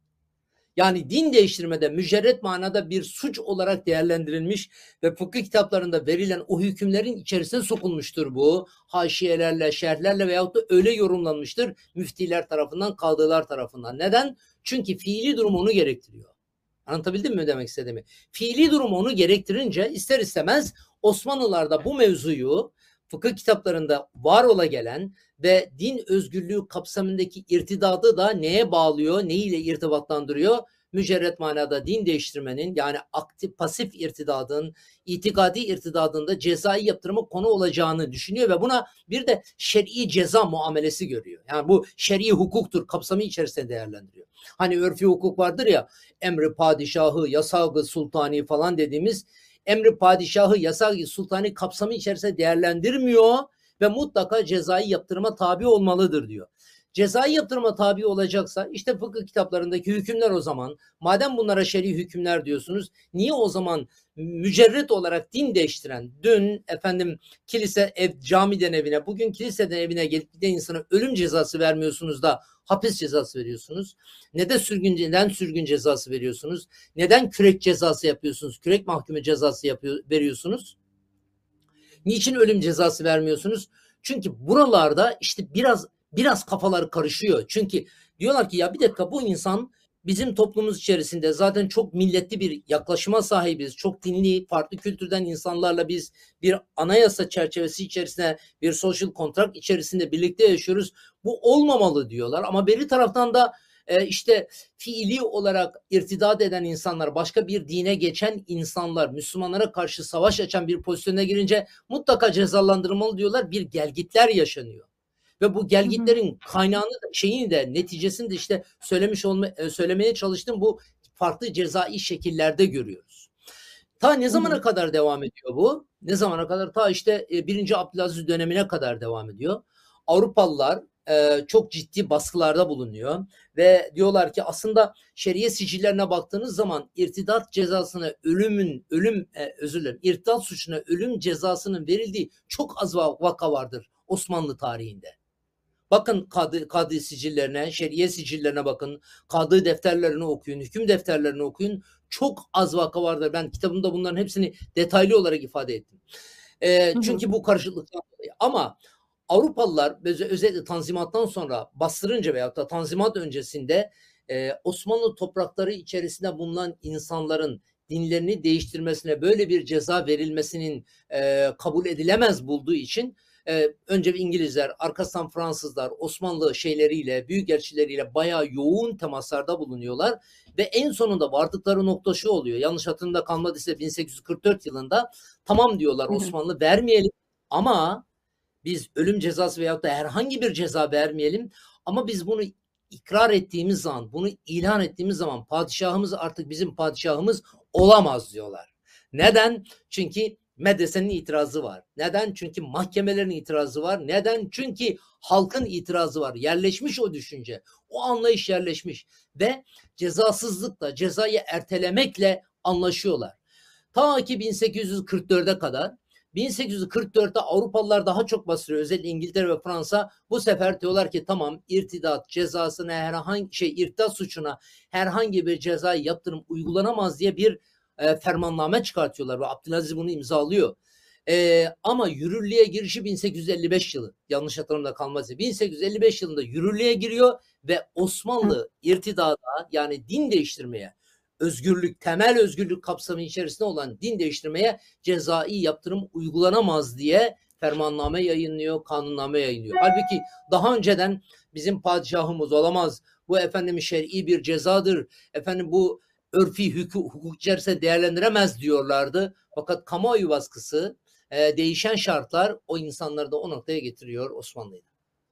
Yani din değiştirmede mücerret manada bir suç olarak değerlendirilmiş ve fıkıh kitaplarında verilen o hükümlerin içerisine sokulmuştur bu. Haşiyelerle, şerhlerle veyahut da öyle yorumlanmıştır müftiler tarafından, kadılar tarafından. Neden? Çünkü fiili durum onu gerektiriyor. Anlatabildim mi demek istediğimi? Fiili durum onu gerektirince ister istemez Osmanlılar'da bu mevzuyu fıkıh kitaplarında var ola gelen ve din özgürlüğü kapsamındaki irtidadı da neye bağlıyor, neyiyle irtibatlandırıyor? Mücerret manada din değiştirmenin, yani aktif pasif irtidadın, itikadi irtidadında cezai yaptırımı konu olacağını düşünüyor ve buna bir de şer'i ceza muamelesi görüyor. Yani bu şer'i hukuktur kapsamı içerisinde değerlendiriyor. Hani örfi hukuk vardır ya, emri padişahı, yasağı sultani falan dediğimiz, emri padişahı, yasağı sultani kapsamı içerisinde değerlendirmiyor ve mutlaka cezai yaptırıma tabi olmalıdır diyor. Cezai yaptırıma tabi olacaksa işte fıkıh kitaplarındaki hükümler o zaman, madem bunlara şer'i hükümler diyorsunuz, niye o zaman mücerret olarak din değiştiren, dün efendim kilise ev, camiden evine, bugün kiliseden evine gelip de insana ölüm cezası vermiyorsunuz da hapis cezası veriyorsunuz? Neden sürgün, neden sürgün cezası veriyorsunuz? Neden kürek cezası yapıyorsunuz? Kürek mahkumu cezası yapıyor, veriyorsunuz? Niçin ölüm cezası vermiyorsunuz? Çünkü buralarda işte biraz biraz kafalar karışıyor. Çünkü diyorlar ki ya bir dakika, bu insan bizim toplumumuz içerisinde zaten çok milletli bir yaklaşıma sahibiz. Çok dinli, farklı kültürden insanlarla biz bir anayasa çerçevesi içerisinde, bir social contract içerisinde birlikte yaşıyoruz. Bu olmamalı diyorlar ama bir taraftan da e, işte fiili olarak irtidat eden insanlar, başka bir dine geçen insanlar, Müslümanlara karşı savaş açan bir pozisyona girince mutlaka cezalandırılmalı diyorlar. Bir gelgitler yaşanıyor. Ve bu Hı hı. gelgitlerin kaynağını da, şeyini de, neticesini de işte söylemiş olma, e, söylemeye çalıştığım bu farklı cezai şekillerde görüyoruz. Ta ne Hı hı. zamana kadar devam ediyor bu? Ne zamana kadar? Ta işte e, birinci Abdülaziz dönemine kadar devam ediyor. Avrupalılar e, çok ciddi baskılarda bulunuyor ve diyorlar ki aslında şeriye sicillerine baktığınız zaman irtidat cezasına ölümün ölüm e, özür dilerim irtidat suçuna ölüm cezasının verildiği çok az vaka vardır Osmanlı tarihinde. Bakın kadı, kadı sicillerine, şeriye sicillerine bakın, kadı defterlerini okuyun, hüküm defterlerini okuyun. Çok az vaka vardır. Ben kitabımda bunların hepsini detaylı olarak ifade ettim. E, Hı hı. çünkü bu karşılıktan dolayı. Ama Avrupalılar özellikle Tanzimat'tan sonra bastırınca veyahut da Tanzimat öncesinde e, Osmanlı toprakları içerisinde bulunan insanların dinlerini değiştirmesine, böyle bir ceza verilmesinin e, kabul edilemez bulduğu için e, önce İngilizler, arkasından Fransızlar Osmanlı şeyleriyle, büyükelçileriyle bayağı yoğun temaslarda bulunuyorlar ve en sonunda vardıkları nokta şu oluyor. Yanlış hatırımda kalmadıysa bin sekiz yüz kırk dört yılında tamam diyorlar, Hı hı. Osmanlı vermeyelim ama biz ölüm cezası veyahut da herhangi bir ceza vermeyelim ama biz bunu ikrar ettiğimiz zaman, bunu ilan ettiğimiz zaman padişahımız artık bizim padişahımız olamaz diyorlar. Neden? Çünkü medresenin itirazı var. Neden? Çünkü mahkemelerin itirazı var. Neden? Çünkü halkın itirazı var. Yerleşmiş o düşünce. O anlayış yerleşmiş ve cezasızlıkla, cezayı ertelemekle anlaşıyorlar. Ta ki bin sekiz yüz kırk dörde kadar. bin sekiz yüz kırk dörtte Avrupalılar daha çok bastırıyor. Özellikle İngiltere ve Fransa bu sefer diyorlar ki tamam, irtidat cezasına herhangi şey irtidat suçuna herhangi bir ceza yaptırım uygulanamaz diye bir e, fermanname çıkartıyorlar ve Abdülaziz bunu imzalıyor. E, ama yürürlüğe girişi bin sekiz yüz elli beş yılı. Yanlış hatırlamda kalmaz. bin sekiz yüz elli beş yılında yürürlüğe giriyor ve Osmanlı irtidada, yani din değiştirmeye, özgürlük, temel özgürlük kapsamı içerisinde olan din değiştirmeye cezai yaptırım uygulanamaz diye fermanname yayınlıyor, kanunname yayınlıyor. Halbuki daha önceden bizim padişahımız olamaz, bu efendim şer'i bir cezadır, efendim bu örfi hukuk, hukuk içerisinde değerlendiremez diyorlardı. Fakat kamuoyu baskısı, e, değişen şartlar o insanları da o noktaya getiriyor Osmanlı'yı.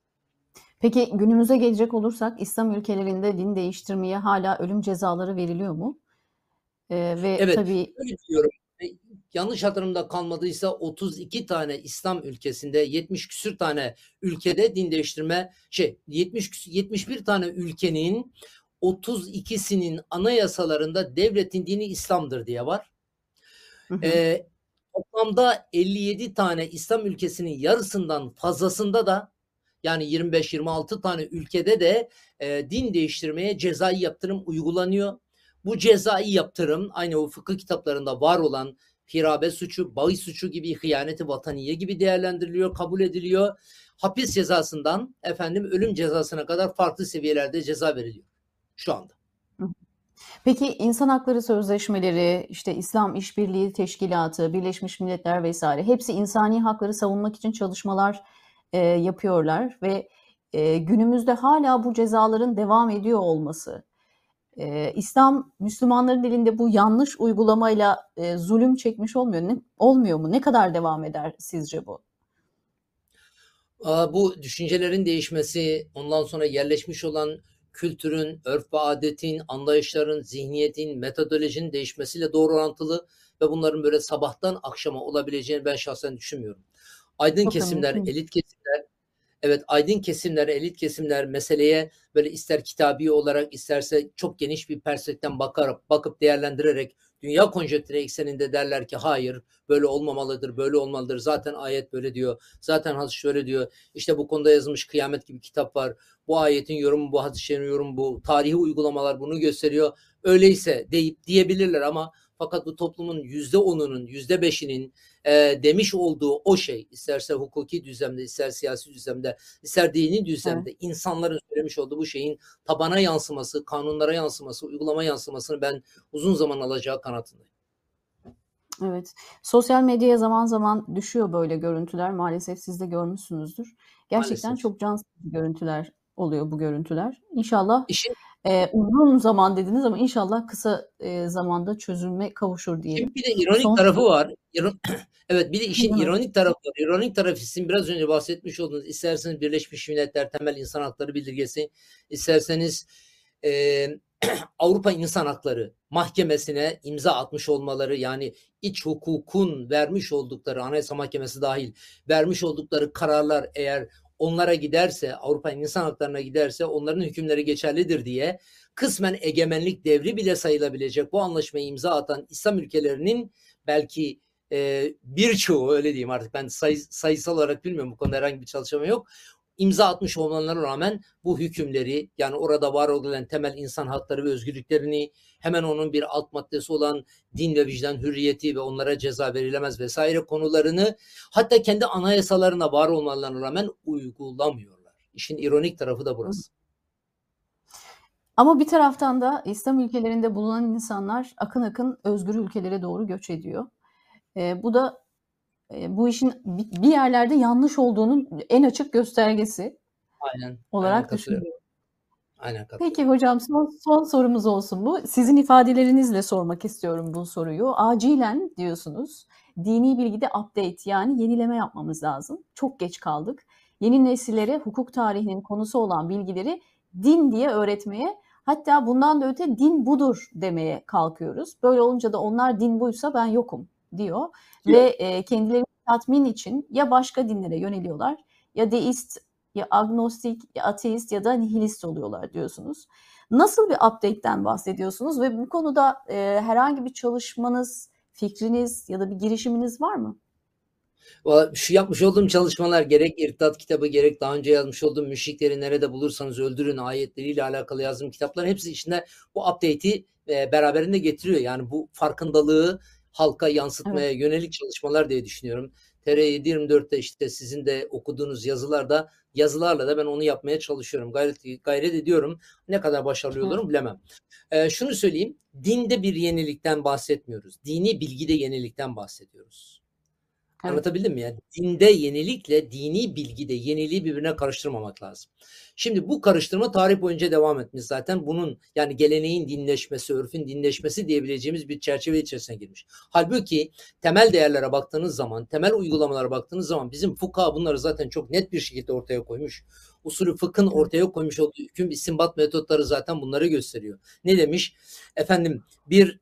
Peki günümüze gelecek olursak İslam ülkelerinde din değiştirmeye hala ölüm cezaları veriliyor mu? Ee, ve Evet, tabii öyle diyorum. E, yanlış hatırımda kalmadıysa otuz iki tane İslam ülkesinde, yetmiş küsür tane ülkede din değiştirme şey yetmiş yetmiş bir tane ülkenin otuz ikisinin anayasalarında devletin dini İslam'dır diye var. hı hı, E, toplamda elli yedi tane İslam ülkesinin yarısından fazlasında da, yani yirmi beş yirmi altı tane ülkede de e, din değiştirmeye cezai yaptırım uygulanıyor. Bu cezai yaptırım aynı o fıkıh kitaplarında var olan hirabe suçu, bahis suçu gibi, hıyaneti vataniye gibi değerlendiriliyor, kabul ediliyor. Hapis cezasından efendim ölüm cezasına kadar farklı seviyelerde ceza veriliyor şu anda. hı. Peki insan hakları sözleşmeleri, işte İslam İşbirliği Teşkilatı, Birleşmiş Milletler vesaire hepsi insani hakları savunmak için çalışmalar e, yapıyorlar ve e, günümüzde hala bu cezaların devam ediyor olması, e, İslam Müslümanların elinde bu yanlış uygulamayla e, zulüm çekmiş olmuyor, ne, olmuyor mu? Ne kadar devam eder sizce bu? Bu düşüncelerin değişmesi, ondan sonra yerleşmiş olan kültürün, örf ve adetin, anlayışların, zihniyetin, metodolojinin değişmesiyle doğru orantılı ve bunların böyle sabahtan akşama olabileceğini ben şahsen düşünmüyorum. Aydın Çok da kesimler, mümkün. elit kesimler, evet, aydın kesimler, elit kesimler meseleye böyle ister kitabi olarak isterse çok geniş bir perspektiften bakar, bakıp değerlendirerek dünya konjonktürü ekseninde derler ki hayır, böyle olmamalıdır, böyle olmalıdır. Zaten ayet böyle diyor. Zaten hadis şöyle diyor. İşte bu konuda yazılmış Kıyamet gibi kitap var. Bu ayetin yorumu, bu hadis şerifin yorumu, bu tarihi uygulamalar bunu gösteriyor. Öyleyse deyip diyebilirler ama fakat bu toplumun yüzde onunun, yüzde beşinin e, demiş olduğu o şey, isterse hukuki düzlemde, ister siyasi düzlemde, ister dini Evet. düzlemde insanların söylemiş olduğu bu şeyin tabana yansıması, kanunlara yansıması, uygulama yansımasını ben uzun zaman alacağı kanaatindeyim. Evet. Sosyal medyaya zaman zaman düşüyor böyle görüntüler. Maalesef siz de görmüşsünüzdür. Gerçekten Maalesef. çok can sıkıcı görüntüler oluyor bu görüntüler. İnşallah İşin Eee, uzun zaman dediniz ama inşallah kısa, eee, zamanda çözüme kavuşur Şimdi diyelim. bir de ironik Son tarafı soru. var. İro Evet, bir de işin ironik tarafı var. İronik tarafı sizin biraz önce bahsetmiş olduğunuz isterseniz Birleşmiş Milletler Temel İnsan Hakları Bildirgesi, isterseniz eee, Avrupa İnsan Hakları Mahkemesi'ne imza atmış olmaları, yani iç hukukun vermiş oldukları, Anayasa Mahkemesi dahil vermiş oldukları kararlar eğer onlara giderse, Avrupa İnsan Hakları'na giderse onların hükümleri geçerlidir diye kısmen egemenlik devri bile sayılabilecek bu anlaşmayı imza atan İslam ülkelerinin belki e, birçoğu, öyle diyeyim artık, ben sayı, sayısal olarak bilmiyorum, bu konuda herhangi bir çalışma yok, imza atmış olmalarına rağmen bu hükümleri, yani orada var olan temel insan hakları ve özgürlüklerini, hemen onun bir alt maddesi olan din ve vicdan hürriyeti ve onlara ceza verilemez vesaire konularını, hatta kendi anayasalarına var olmalarına rağmen uygulamıyorlar. İşin ironik tarafı da burası. Ama bir taraftan da İslam ülkelerinde bulunan insanlar akın akın özgür ülkelere doğru göç ediyor. Eee, bu da eee, bu işin bir yerlerde yanlış olduğunun en açık göstergesi Aynen, aynen olarak katılıyorum. düşünüyorum. Aynen Peki katılıyorum. hocam, son, son sorumuz olsun bu. Sizin ifadelerinizle sormak istiyorum bu soruyu. Acilen diyorsunuz, dini bilgide update, yani yenileme yapmamız lazım. Çok geç kaldık. Yeni nesillere hukuk tarihinin konusu olan bilgileri din diye öğretmeye, hatta bundan da öte din budur demeye kalkıyoruz. Böyle olunca da onlar din buysa ben yokum diyor ve Yok. e, kendilerini tatmin için ya başka dinlere yöneliyorlar, ya deist, ya agnostik, ya ateist ya da nihilist oluyorlar diyorsunuz. Nasıl bir update'ten bahsediyorsunuz ve bu konuda e, herhangi bir çalışmanız, fikriniz ya da bir girişiminiz var mı? Şu yapmış olduğum çalışmalar, gerek İrtidat kitabı, gerek daha önce yazmış olduğum Müşrikleri Nerede Bulursanız Öldürün ayetleriyle alakalı yazdığım kitapların hepsi içinde bu update'i e, beraberinde getiriyor. Yani bu farkındalığı halka Evet. yansıtmaya yönelik çalışmalar diye düşünüyorum. T R yedi yirmi dörtte işte sizin de okuduğunuz yazılarda, yazılarla da ben onu yapmaya çalışıyorum. Gayret, gayret ediyorum. Ne kadar başarılı Evet. olurum bilemem. E, şunu söyleyeyim. Dinde bir yenilikten bahsetmiyoruz. Dini bilgide yenilikten bahsediyoruz. Evet. Anlatabildim mi? Yani dinde yenilikle dini bilgide yeniliği birbirine karıştırmamak lazım. Şimdi bu karıştırma tarih boyunca devam etmiş zaten. Bunun, yani geleneğin dinleşmesi, örfün dinleşmesi diyebileceğimiz bir çerçeve içerisine girmiş. Halbuki temel değerlere baktığınız zaman, temel uygulamalara baktığınız zaman bizim fukaha bunları zaten çok net bir şekilde ortaya koymuş. Usulü fıkhın Evet. ortaya koymuş olduğu hüküm istinbat metotları zaten bunları gösteriyor. Ne demiş? Efendim, bir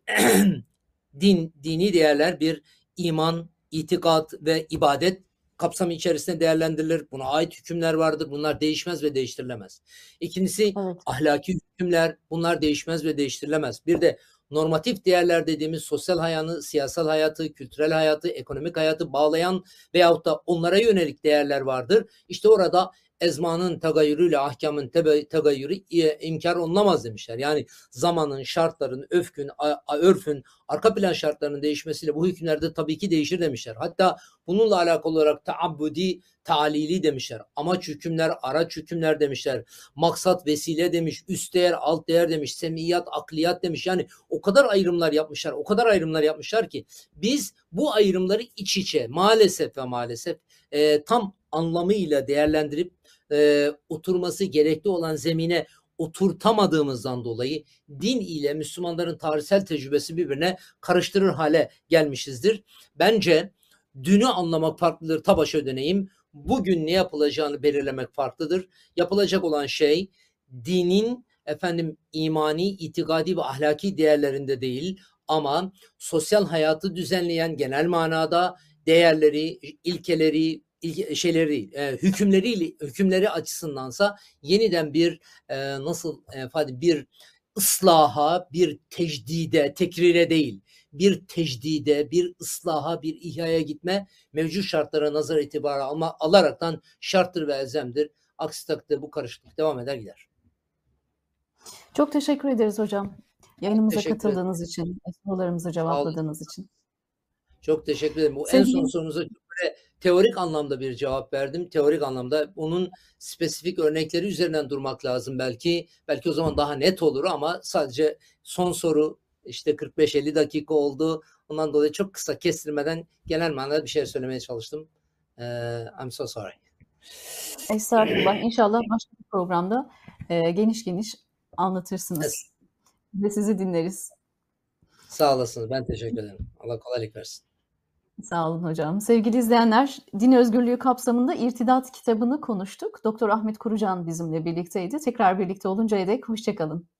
din, dini değerler bir iman, itikat ve ibadet kapsamı içerisinde değerlendirilir. Buna ait hükümler vardır. Bunlar değişmez ve değiştirilemez. İkincisi Evet. ahlaki hükümler. Bunlar değişmez ve değiştirilemez. Bir de normatif değerler dediğimiz sosyal hayatı, siyasal hayatı, kültürel hayatı, ekonomik hayatı bağlayan veyahut da onlara yönelik değerler vardır. İşte orada ezmanın tagayyürüyle ahkamın tagayyürü inkar olunamaz demişler. Yani zamanın, şartların, öfkün, örfün, arka plan şartlarının değişmesiyle bu hükümler de tabii ki değişir demişler. Hatta bununla alakalı olarak taabbudi, talili demişler. Amaç hükümler, araç hükümler demişler. Maksat, vesile demiş. Üst değer, alt değer demiş. Semiyat, akliyat demiş. Yani o kadar ayrımlar yapmışlar. O kadar ayrımlar yapmışlar ki biz bu ayrımları iç içe maalesef ve maalesef e, tam anlamıyla değerlendirip e, oturması gerekli olan zemine oturtamadığımızdan dolayı din ile Müslümanların tarihsel tecrübesi birbirine karıştırır hale gelmişizdir. Bence dünü anlamak farklıdır. Ta başa döneyim. Bugün ne yapılacağını belirlemek farklıdır. Yapılacak olan şey dinin efendim imani, itikadi ve ahlaki değerlerinde değil, ama sosyal hayatı düzenleyen genel manada değerleri, ilkeleri, ilke, şeyleri, e, hükümleri hükümleri açısındansa yeniden bir e, nasıl efendim bir ıslaha, bir tecdide, tekrire değil, bir tecdide, bir ıslaha, bir ihyaya gitme mevcut şartlara nazar itibarı alma, alaraktan şarttır ve elzemdir. Aksi takdirde bu karışıklık devam eder gider. Çok teşekkür ederiz hocam. Yayınımıza Teşekkür ederim. katıldığınız için, sorularımızı Sağ olun. cevapladığınız için. Çok teşekkür ederim. Bu en son Sevgili sorunuza böyle teorik anlamda bir cevap verdim. Teorik anlamda onun spesifik örnekleri üzerinden durmak lazım belki. Belki o zaman daha net olur ama sadece son soru işte kırk beş elli dakika oldu. Ondan dolayı çok kısa kestirmeden genel manada bir şey söylemeye çalıştım. Ee, I'm so sorry. Estağfurullah. İnşallah başka bir programda e, geniş geniş anlatırsınız Es ve sizi dinleriz. Sağ olasınız. Ben teşekkür ederim. Allah kolaylık versin. Sağ olun hocam. Sevgili izleyenler, din özgürlüğü kapsamında İrtidat kitabını konuştuk. Doktor Ahmet Kurucan bizimle birlikteydi. Tekrar birlikte oluncaya dek hoşça kalın.